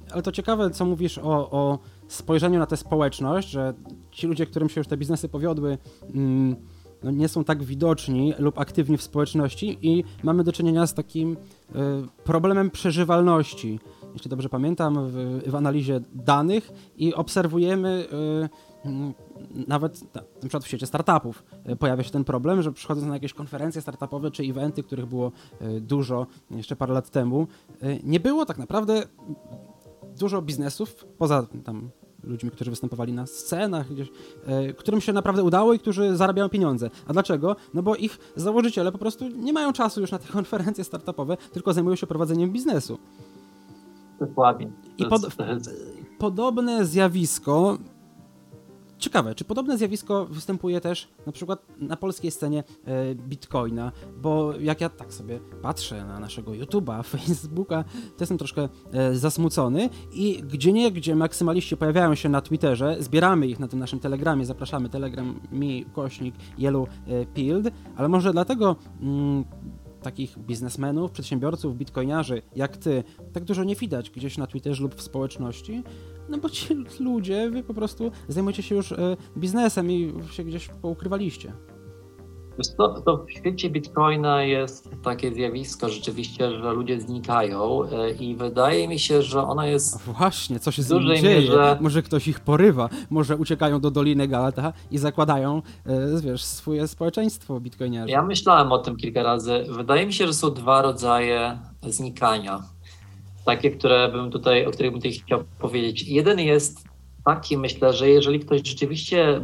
Ale to ciekawe, co mówisz o spojrzeniu na tę społeczność, że ci ludzie, którym się już te biznesy powiodły, no nie są tak widoczni lub aktywni w społeczności i mamy do czynienia z takim problemem przeżywalności. Jeśli dobrze pamiętam, w analizie danych i obserwujemy nawet na przykład w świecie startupów pojawia się ten problem, że przychodząc na jakieś konferencje startupowe czy eventy, których było dużo jeszcze parę lat temu, nie było tak naprawdę dużo biznesów, poza tam ludźmi, którzy występowali na scenach, gdzieś, którym się naprawdę udało i którzy zarabiają pieniądze. A dlaczego? No bo ich założyciele po prostu nie mają czasu już na te konferencje startupowe, tylko zajmują się prowadzeniem biznesu. Dokładnie. I podobne zjawisko, ciekawe, czy podobne zjawisko występuje też na przykład na polskiej scenie Bitcoina, bo jak ja tak sobie patrzę na naszego YouTube'a, Facebooka, to jestem troszkę zasmucony i gdzieniegdzie maksymaliści pojawiają się na Twitterze, zbieramy ich na tym naszym Telegramie, zapraszamy Telegram.me/Yellowpilled, ale może dlatego takich biznesmenów, przedsiębiorców, bitcoiniarzy jak ty, tak dużo nie widać gdzieś na Twitterze lub w społeczności, no bo ci ludzie, wy po prostu zajmujecie się już biznesem i się gdzieś poukrywaliście. To w świecie Bitcoina jest takie zjawisko rzeczywiście, że ludzie znikają i wydaje mi się, że ona jest... Właśnie, co się z nimi dzieje? Może ktoś ich porywa, może uciekają do Doliny Galata i zakładają, wiesz, swoje społeczeństwo bitcoiniarzy. Ja myślałem o tym kilka razy. Wydaje mi się, że są dwa rodzaje znikania. Takie, o których bym tutaj chciał powiedzieć. Jeden jest taki, myślę, że jeżeli ktoś rzeczywiście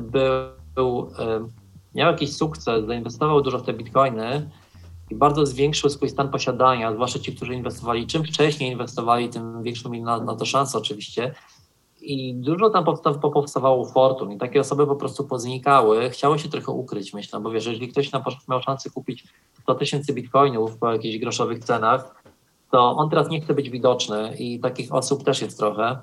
miał jakiś sukces, zainwestował dużo w te bitcoiny i bardzo zwiększył swój stan posiadania, zwłaszcza ci, którzy inwestowali, czym wcześniej inwestowali, tym większą mieli na to szansę oczywiście. I dużo tam powstawało fortun i takie osoby po prostu poznikały, chciały się trochę ukryć, myślę, bo wiesz, jeżeli ktoś miał szansę kupić 100 000 bitcoinów po jakichś groszowych cenach, to on teraz nie chce być widoczny i takich osób też jest trochę.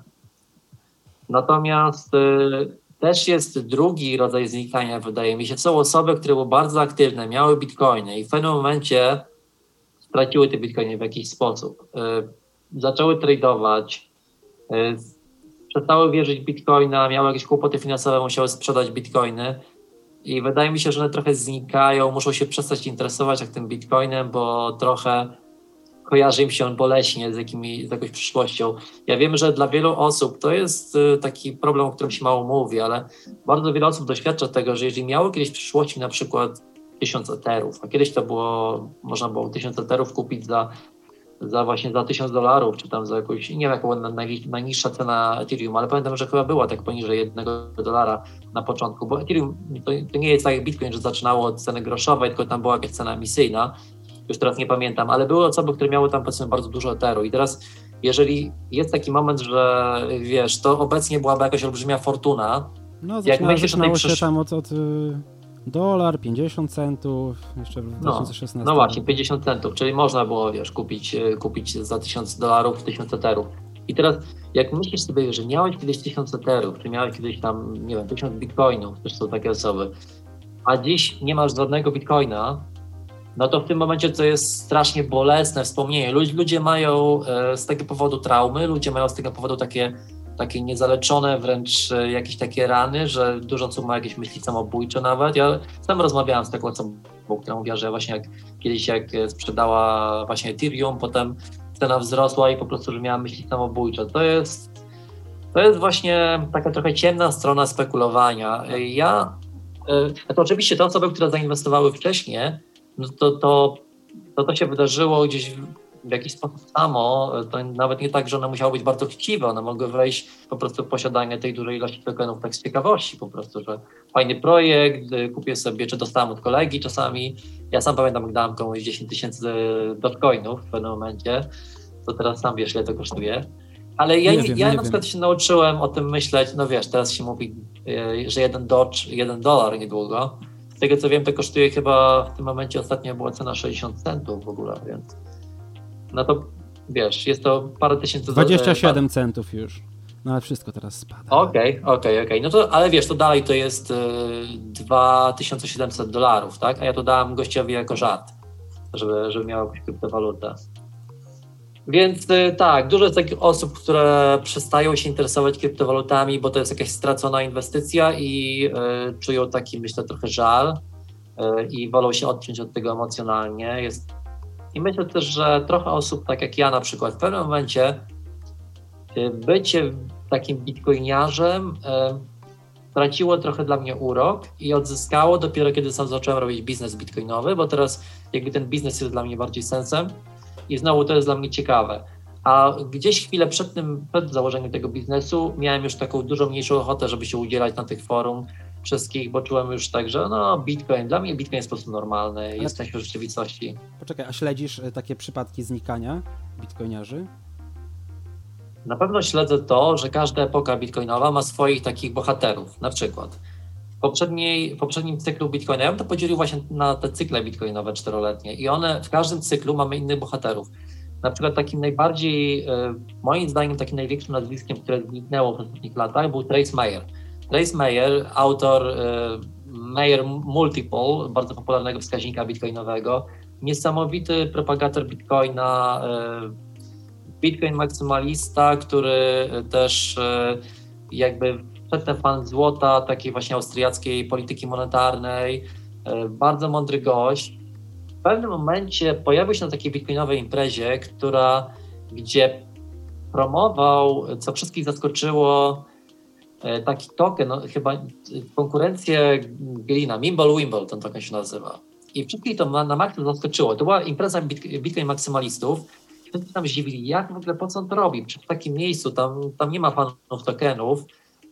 Natomiast też jest drugi rodzaj znikania, wydaje mi się. Są osoby, które były bardzo aktywne, miały bitcoiny i w pewnym momencie straciły te bitcoiny w jakiś sposób. Zaczęły tradować, przestały wierzyć w bitcoina, miały jakieś kłopoty finansowe, musiały sprzedać bitcoiny i wydaje mi się, że one trochę znikają, muszą się przestać interesować jak tym bitcoinem, bo trochę kojarzy im się on boleśnie z jakąś przyszłością. Ja wiem, że dla wielu osób to jest taki problem, o którym się mało mówi, ale bardzo wiele osób doświadcza tego, że jeżeli miało kiedyś w przyszłości na przykład 1000 eterów, a kiedyś to można było 1000 eterów kupić za $1000, czy tam za jakąś, nie wiem jaka była najniższa cena Ethereum, ale pamiętam, że chyba była tak poniżej $1 na początku, bo Ethereum to nie jest tak jak Bitcoin, że zaczynało od ceny groszowej, tylko tam była jakaś cena emisyjna, już teraz nie pamiętam, ale były osoby, które miały tam powiedzmy bardzo dużo eteru i teraz jeżeli jest taki moment, że wiesz, to obecnie byłaby jakaś olbrzymia fortuna. No zaczynało się tam od dolar, 50 centów, jeszcze w 2016. No właśnie, 50 centów, czyli można było, wiesz, kupić za $1000 1000 eterów. I teraz jak myślisz sobie, że miałeś kiedyś 1000 eterów, czy miałeś kiedyś tam, nie wiem, 1000 bitcoinów, też są takie osoby, a dziś nie masz żadnego bitcoina, no to w tym momencie to jest strasznie bolesne wspomnienie. Ludzie mają z tego powodu traumy, ludzie mają z tego powodu takie niezaleczone wręcz jakieś takie rany, że dużo osób ma jakieś myśli samobójcze nawet. Ja sam rozmawiałem z taką osobą, która mówiła, że właśnie jak sprzedała właśnie Ethereum, potem cena wzrosła i po prostu, że miała myśli samobójcze. To jest właśnie taka trochę ciemna strona spekulowania. To oczywiście te osoby, które zainwestowały wcześniej, no to się wydarzyło gdzieś w jakiś sposób samo, to nawet nie tak, że one musiały być bardzo chciwe, one mogły wejść po prostu w posiadanie tej dużej ilości tokenów tak z ciekawości po prostu, że fajny projekt, kupię sobie, czy dostałem od kolegi czasami, ja sam pamiętam, jak dałem komuś 10 000 Dogecoinów w pewnym momencie, to teraz sam wiesz, ile to kosztuje, ale ja na przykład się nauczyłem o tym myśleć, no wiesz, teraz się mówi, że $1 niedługo. Z tego co wiem, to kosztuje chyba w tym momencie ostatnio była cena 60 centów w ogóle, więc no to wiesz, jest to parę tysięcy... 27 centów już, no ale wszystko teraz spada. Okej. No to, ale wiesz, to dalej to jest $2700, tak? A ja to dałem gościowi jako żart, żeby miał jakąś kryptowalutę. Więc tak, dużo jest takich osób, które przestają się interesować kryptowalutami, bo to jest jakaś stracona inwestycja i czują taki, myślę, trochę żal i wolą się odciąć od tego emocjonalnie. I myślę też, że trochę osób, tak jak ja na przykład, w pewnym momencie bycie takim bitcoiniarzem straciło trochę dla mnie urok i odzyskało dopiero, kiedy sam zacząłem robić biznes bitcoinowy, bo teraz jakby ten biznes jest dla mnie bardziej sensem i znowu to jest dla mnie ciekawe. A gdzieś chwilę przed założeniem tego biznesu miałem już taką dużo mniejszą ochotę, żeby się udzielać na tych forum wszystkich, bo czułem już tak, że Bitcoin, dla mnie Bitcoin jest po prostu normalny, jesteśmy w rzeczywistości. Poczekaj, a śledzisz takie przypadki znikania bitcoiniarzy? Na pewno śledzę to, że każda epoka bitcoinowa ma swoich takich bohaterów. Na przykład w poprzednim cyklu Bitcoina, ja bym to podzielił właśnie na te cykle bitcoinowe 4-letnie i one w każdym cyklu mamy innych bohaterów. Na przykład takim najbardziej, moim zdaniem takim największym nazwiskiem, które zniknęło w ostatnich latach, był Trace Mayer. Trace Mayer, autor Mayer Multiple, bardzo popularnego wskaźnika bitcoinowego, niesamowity propagator Bitcoina, Bitcoin maksymalista, który też jakby przedtem fan złota, takiej właśnie austriackiej polityki monetarnej, bardzo mądry gość. W pewnym momencie pojawił się na takiej bitcoinowej imprezie, gdzie promował, co wszystkich zaskoczyło, taki token, chyba konkurencję Greena, Mimble ten token się nazywa. I wszystkich to na maksa zaskoczyło. To była impreza Bitcoin maksymalistów. Wszyscy tam zdziwili, jak w ogóle, po co on to robi? Przecież w takim miejscu, tam nie ma fanów tokenów.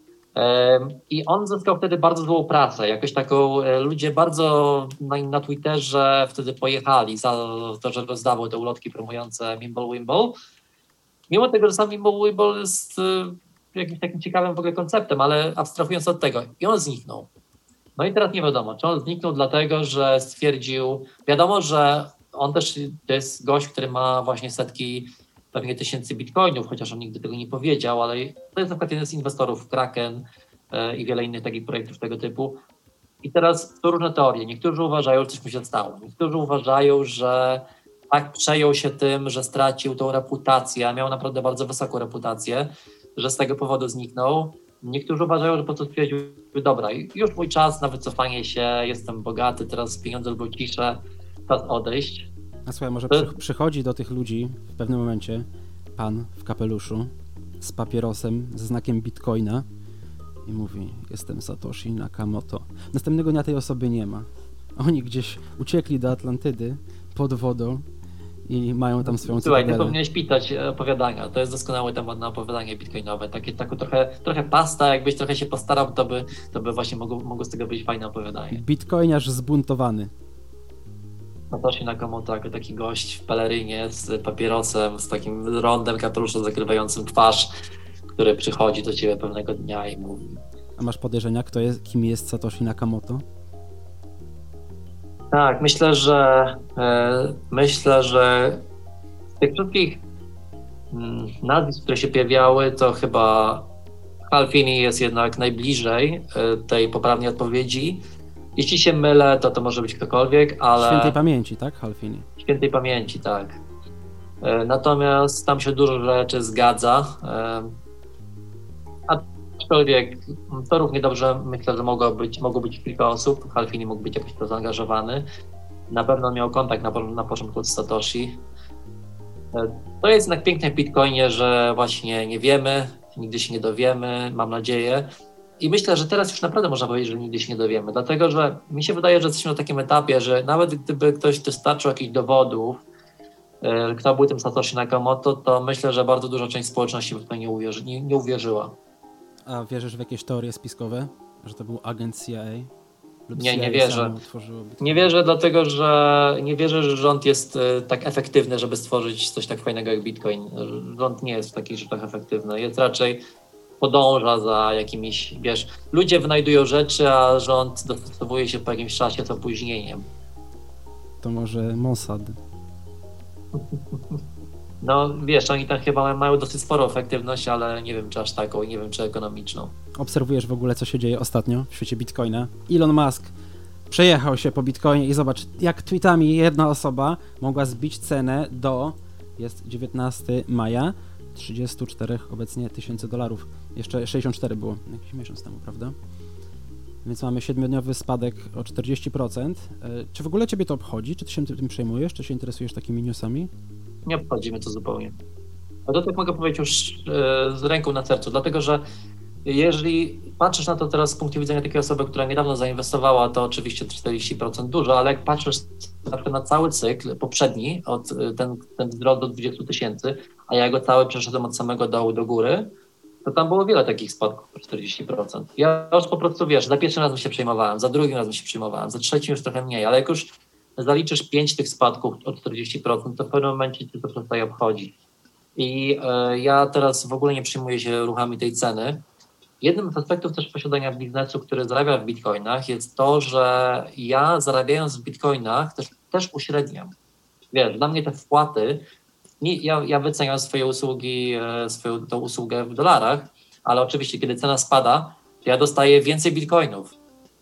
I on zyskał wtedy bardzo złą pracę. Jakoś taką, ludzie bardzo na Twitterze wtedy pojechali za to, że rozdawał te ulotki promujące Mimble. Mimo tego, że sam Mimble jest jakimś takim ciekawym w ogóle konceptem, ale abstrahując od tego. I on zniknął. No i teraz nie wiadomo, czy on zniknął dlatego, że stwierdził, wiadomo, że on też to jest gość, który ma właśnie setki, pewnie tysięcy bitcoinów, chociaż on nigdy tego nie powiedział, ale to jest na przykład jeden z inwestorów w Kraken i wiele innych takich projektów tego typu. I teraz są różne teorie. Niektórzy uważają, że coś mu się stało. Niektórzy uważają, że tak przejął się tym, że stracił tą reputację, a miał naprawdę bardzo wysoką reputację, że z tego powodu zniknął. Niektórzy uważają, że po prostu stwierdził, dobra, już mój czas na wycofanie się, jestem bogaty, teraz pieniądze lubią ciszę, czas odejść. A słuchaj, może przychodzi do tych ludzi w pewnym momencie pan w kapeluszu z papierosem, ze znakiem Bitcoina i mówi, jestem Satoshi Nakamoto. Następnego dnia tej osoby nie ma. Oni gdzieś uciekli do Atlantydy pod wodą i mają tam swoją Słuchaj, cytadelę. ty powinieneś pisać opowiadania. To jest doskonały temat na opowiadanie bitcoinowe. Taką trochę pasta, jakbyś trochę się postarał, to by właśnie mogło z tego być fajne opowiadanie. Bitcoiniarz zbuntowany. Satoshi Nakamoto jako taki gość w pelerynie z papierosem, z takim rondem kapelusza zakrywającym twarz, który przychodzi do ciebie pewnego dnia i mówi. A masz podejrzenia, kim jest Satoshi Nakamoto? Tak, myślę, że z tych wszystkich nazwisk, które się pojawiały, to chyba Hal Finney jest jednak najbliżej tej poprawnej odpowiedzi. Jeśli się mylę, to może być ktokolwiek, ale... Świętej pamięci, tak? Hal Finney. Świętej pamięci, tak. Natomiast tam się dużo rzeczy zgadza. Aczkolwiek to równie dobrze myślę, że mogło być kilka osób. Hal Finney mógł być jakoś to zaangażowany. Na pewno miał kontakt na początku z Satoshi. To jest jednak piękne w Bitcoinie, że właśnie nie wiemy, nigdy się nie dowiemy, mam nadzieję. I myślę, że teraz już naprawdę można powiedzieć, że nigdy się nie dowiemy, dlatego że mi się wydaje, że jesteśmy na takim etapie, że nawet gdyby ktoś dostarczył jakichś dowodów, kto był tym Satoshi Nakamoto, to myślę, że bardzo duża część społeczności by w to nie uwierzyła. A wierzysz w jakieś teorie spiskowe? Że to był agent CIA? Lub Nie, CIA nie wierzę. Nie wierzę, dlatego że nie wierzę, że rząd jest tak efektywny, żeby stworzyć coś tak fajnego jak Bitcoin. Rząd nie jest w takich rzeczach efektywny. Jest raczej podąża za jakimiś, ludzie wynajdują rzeczy, a rząd dostosowuje się po jakimś czasie z opóźnieniem. To może Mossad? No oni tam chyba mają dosyć sporą efektywność, ale nie wiem czy aż taką, nie wiem czy ekonomiczną. Obserwujesz w ogóle, co się dzieje ostatnio w świecie Bitcoina? Elon Musk przejechał się po Bitcoinie i zobacz, jak tweetami jedna osoba mogła zbić cenę do Jest 19 maja, 34 obecnie tysięcy dolarów. Jeszcze 64 było jakiś miesiąc temu, prawda? Więc mamy 7-dniowy spadek o 40%. Czy w ogóle ciebie to obchodzi? Czy ty się tym przejmujesz? Czy się interesujesz takimi newsami? Nie obchodzi mnie to zupełnie. A to tak mogę powiedzieć już z ręką na sercu, dlatego że jeżeli patrzysz na to teraz z punktu widzenia takiej osoby, która niedawno zainwestowała, to oczywiście 40% dużo, ale jak patrzysz na cały cykl poprzedni, ten wzrost do 20 000, a ja go cały przeszedłem od samego dołu do góry, to tam było wiele takich spadków po 40%. Ja już po prostu, wiesz, za pierwszym razem się przejmowałem, za drugim razem się przejmowałem, za trzecim już trochę mniej, ale jak już zaliczysz 5 tych spadków o 40%, to w pewnym momencie cię to przestaje obchodzić. I ja teraz w ogóle nie przejmuję się ruchami tej ceny. Jednym z aspektów też posiadania biznesu, który zarabia w bitcoinach, jest to, że ja zarabiając w bitcoinach też uśredniam. Wiesz, dla mnie te wpłaty, ja wyceniam swoje usługi, tą usługę w dolarach, ale oczywiście kiedy cena spada, to ja dostaję więcej bitcoinów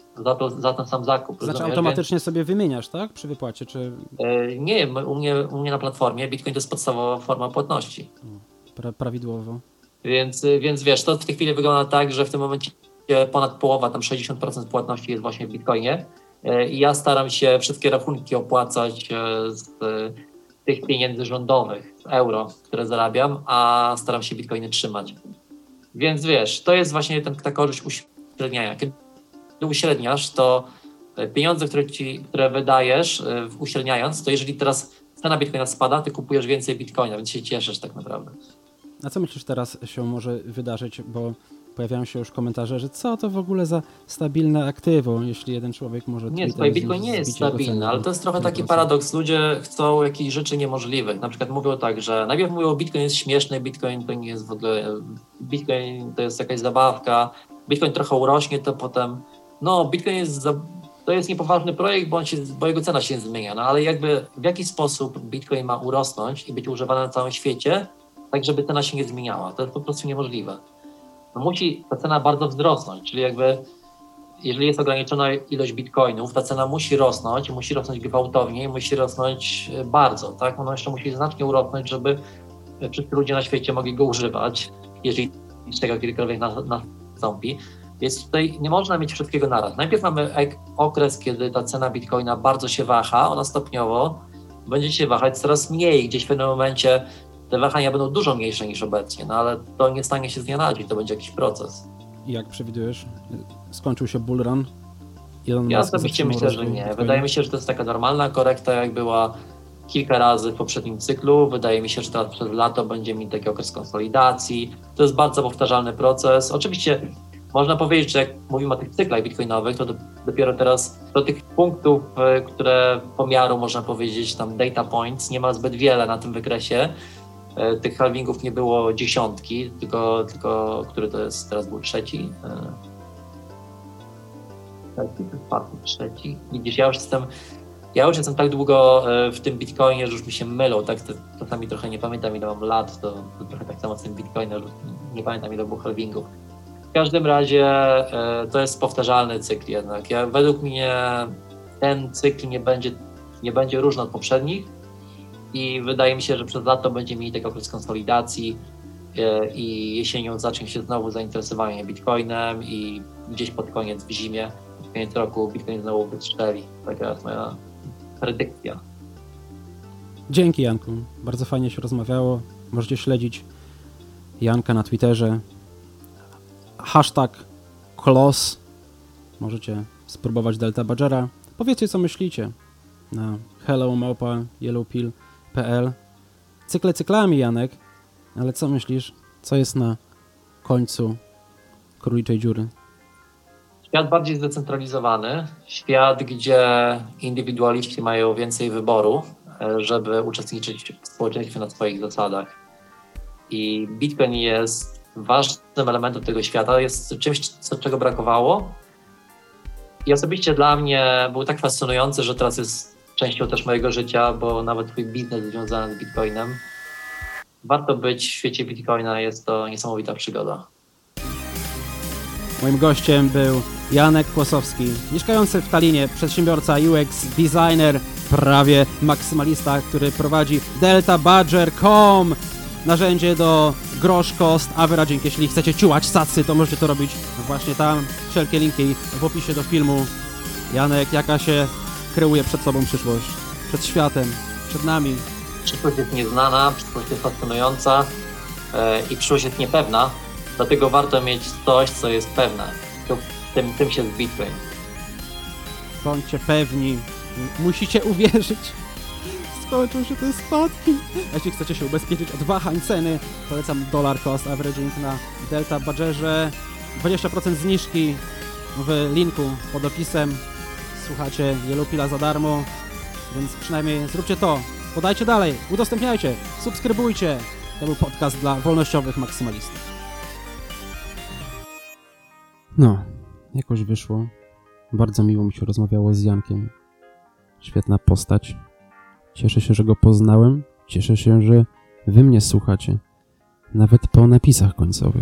za ten sam zakup. Znaczy rozumiesz? automatycznie sobie wymieniasz, tak? Przy wypłacie, czy... Nie, u mnie na platformie Bitcoin to jest podstawowa forma płatności. Prawidłowo. Więc wiesz, to w tej chwili wygląda tak, że w tym momencie ponad połowa, tam 60% płatności jest właśnie w Bitcoinie i ja staram się wszystkie rachunki opłacać z tych pieniędzy rządowych, euro, które zarabiam, a staram się Bitcoiny trzymać. Więc wiesz, to jest właśnie ta korzyść uśredniania. Kiedy uśredniasz, to pieniądze, które wydajesz uśredniając, to jeżeli teraz cena Bitcoina spada, ty kupujesz więcej Bitcoina, więc się cieszysz tak naprawdę. A co myślisz teraz się może wydarzyć, bo pojawiają się już komentarze, że co to w ogóle za stabilne aktywo, jeśli jeden człowiek może... Nie, słuchaj, Bitcoin nie jest stabilny, ale to jest trochę taki paradoks. Ludzie chcą jakichś rzeczy niemożliwych. Na przykład mówią tak, że najpierw mówią, Bitcoin jest śmieszny, Bitcoin to nie jest w ogóle... Bitcoin to jest jakaś zabawka, Bitcoin trochę urośnie, to potem... No, Bitcoin to jest niepoważny projekt, bo jego cena się zmienia. No ale jakby w jaki sposób Bitcoin ma urosnąć i być używany na całym świecie, tak żeby cena się nie zmieniała? To jest po prostu niemożliwe. No musi ta cena bardzo wzrosnąć, czyli jakby jeżeli jest ograniczona ilość bitcoinów, ta cena musi rosnąć gwałtownie i musi rosnąć bardzo, tak? Ono jeszcze musi znacznie urosnąć, żeby wszyscy ludzie na świecie mogli go używać, jeżeli tego kiedykolwiek nastąpi. Więc tutaj nie można mieć wszystkiego naraz. Najpierw mamy okres, kiedy ta cena bitcoina bardzo się waha, ona stopniowo będzie się wahać coraz mniej, gdzieś w pewnym momencie te wahania będą dużo mniejsze niż obecnie, no ale to nie stanie się z dnia na dzień, to będzie jakiś proces. I jak przewidujesz, skończył się bull run? Ja osobiście myślę, że nie. Wydaje mi się, że to jest taka normalna korekta, jak była kilka razy w poprzednim cyklu. Wydaje mi się, że teraz przez lato będzie mieć taki okres konsolidacji. To jest bardzo powtarzalny proces. Oczywiście można powiedzieć, że jak mówimy o tych cyklach bitcoinowych, to dopiero teraz do tych punktów, które pomiaru, można powiedzieć, tam data points, nie ma zbyt wiele na tym wykresie. Tych halvingów nie było dziesiątki, tylko który to jest, teraz był trzeci. Trzeci. Widzisz, ja już jestem tak długo w tym Bitcoinie, że już mi się mylą, tak czasami trochę nie pamiętam, ile mam lat, to trochę tak samo z tym Bitcoinem, nie pamiętam, ile było halvingów. W każdym razie to jest powtarzalny cykl jednak. Według mnie ten cykl nie będzie różny od poprzednich i wydaje mi się, że przez lato będzie mieli taki okres konsolidacji i jesienią zacznie się znowu zainteresowanie Bitcoinem i gdzieś pod koniec w zimie, pod koniec roku Bitcoin znowu wystrzeli. Taka jest moja predykcja. Dzięki, Janku. Bardzo fajnie się rozmawiało. Możecie śledzić Janka na Twitterze. #KLOS. Możecie spróbować Delta Badgera. Powiedzcie, co myślicie na hello@yellowpill.pl. Cykle cyklami, Janek, ale co myślisz? Co jest na końcu króliczej dziury? Świat bardziej zdecentralizowany, świat, gdzie indywidualiści mają więcej wyboru, żeby uczestniczyć w społeczeństwie na swoich zasadach. I Bitcoin jest ważnym elementem tego świata, jest czymś, czego brakowało. I osobiście dla mnie był tak fascynujący, że teraz jest częścią też mojego życia, bo nawet twój biznes związany z Bitcoinem. Warto być w świecie Bitcoina, jest to niesamowita przygoda. Moim gościem był Janek Kłosowski, mieszkający w Tallinie, przedsiębiorca UX, designer, prawie maksymalista, który prowadzi deltabadger.com, narzędzie do grosz cost averaging. Jeśli chcecie ciułać satsy, to możecie to robić właśnie tam. Wszelkie linki w opisie do filmu. Janek, jaka się kreuje przed sobą przyszłość? Przed światem, przed nami. Przyszłość jest nieznana, przyszłość jest fascynująca i przyszłość jest niepewna, dlatego warto mieć coś, co jest pewne. Tym się jest Bitcoin. Bądźcie pewni, musicie uwierzyć. Skończą się te spadki. Jeśli chcecie się ubezpieczyć od wahań ceny, polecam dollar cost averaging na Delta Badgerze. 20% zniżki w linku pod opisem. Słuchacie Yellow Pilla za darmo, więc przynajmniej zróbcie to. Podajcie dalej, udostępniajcie, subskrybujcie. To był podcast dla wolnościowych maksymalistów. No, jakoś wyszło. Bardzo miło mi się rozmawiało z Jankiem. Świetna postać. Cieszę się, że go poznałem. Cieszę się, że wy mnie słuchacie. Nawet po napisach końcowych.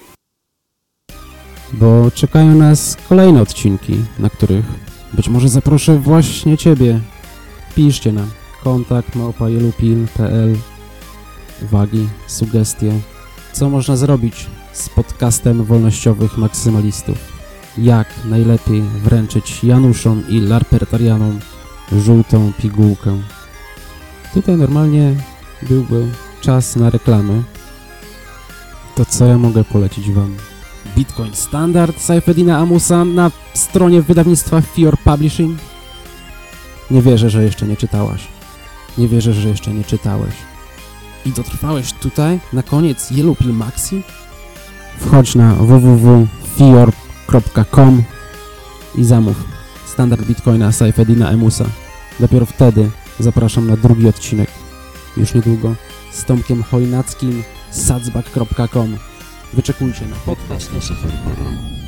Bo czekają nas kolejne odcinki, na których być może zaproszę właśnie ciebie. Piszcie nam kontakt@yellowpill.pl. Uwagi, sugestie. Co można zrobić z podcastem wolnościowych maksymalistów? Jak najlepiej wręczyć Januszom i Larpertarianom żółtą pigułkę? Tutaj normalnie byłby czas na reklamy. To co ja mogę polecić wam? Bitcoin Standard Saifeddina Ammusa na stronie wydawnictwa Fior Publishing? Nie wierzę, że jeszcze nie czytałaś. Nie wierzę, że jeszcze nie czytałeś. I dotrwałeś tutaj na koniec Yellow Pill Maxi? Wchodź na www.fior.com i zamów standard Bitcoina Saifeddina Ammusa. Dopiero wtedy zapraszam na drugi odcinek. Już niedługo z Tomkiem Chojnackim z satsback.com. Wyczekujcie na podcast.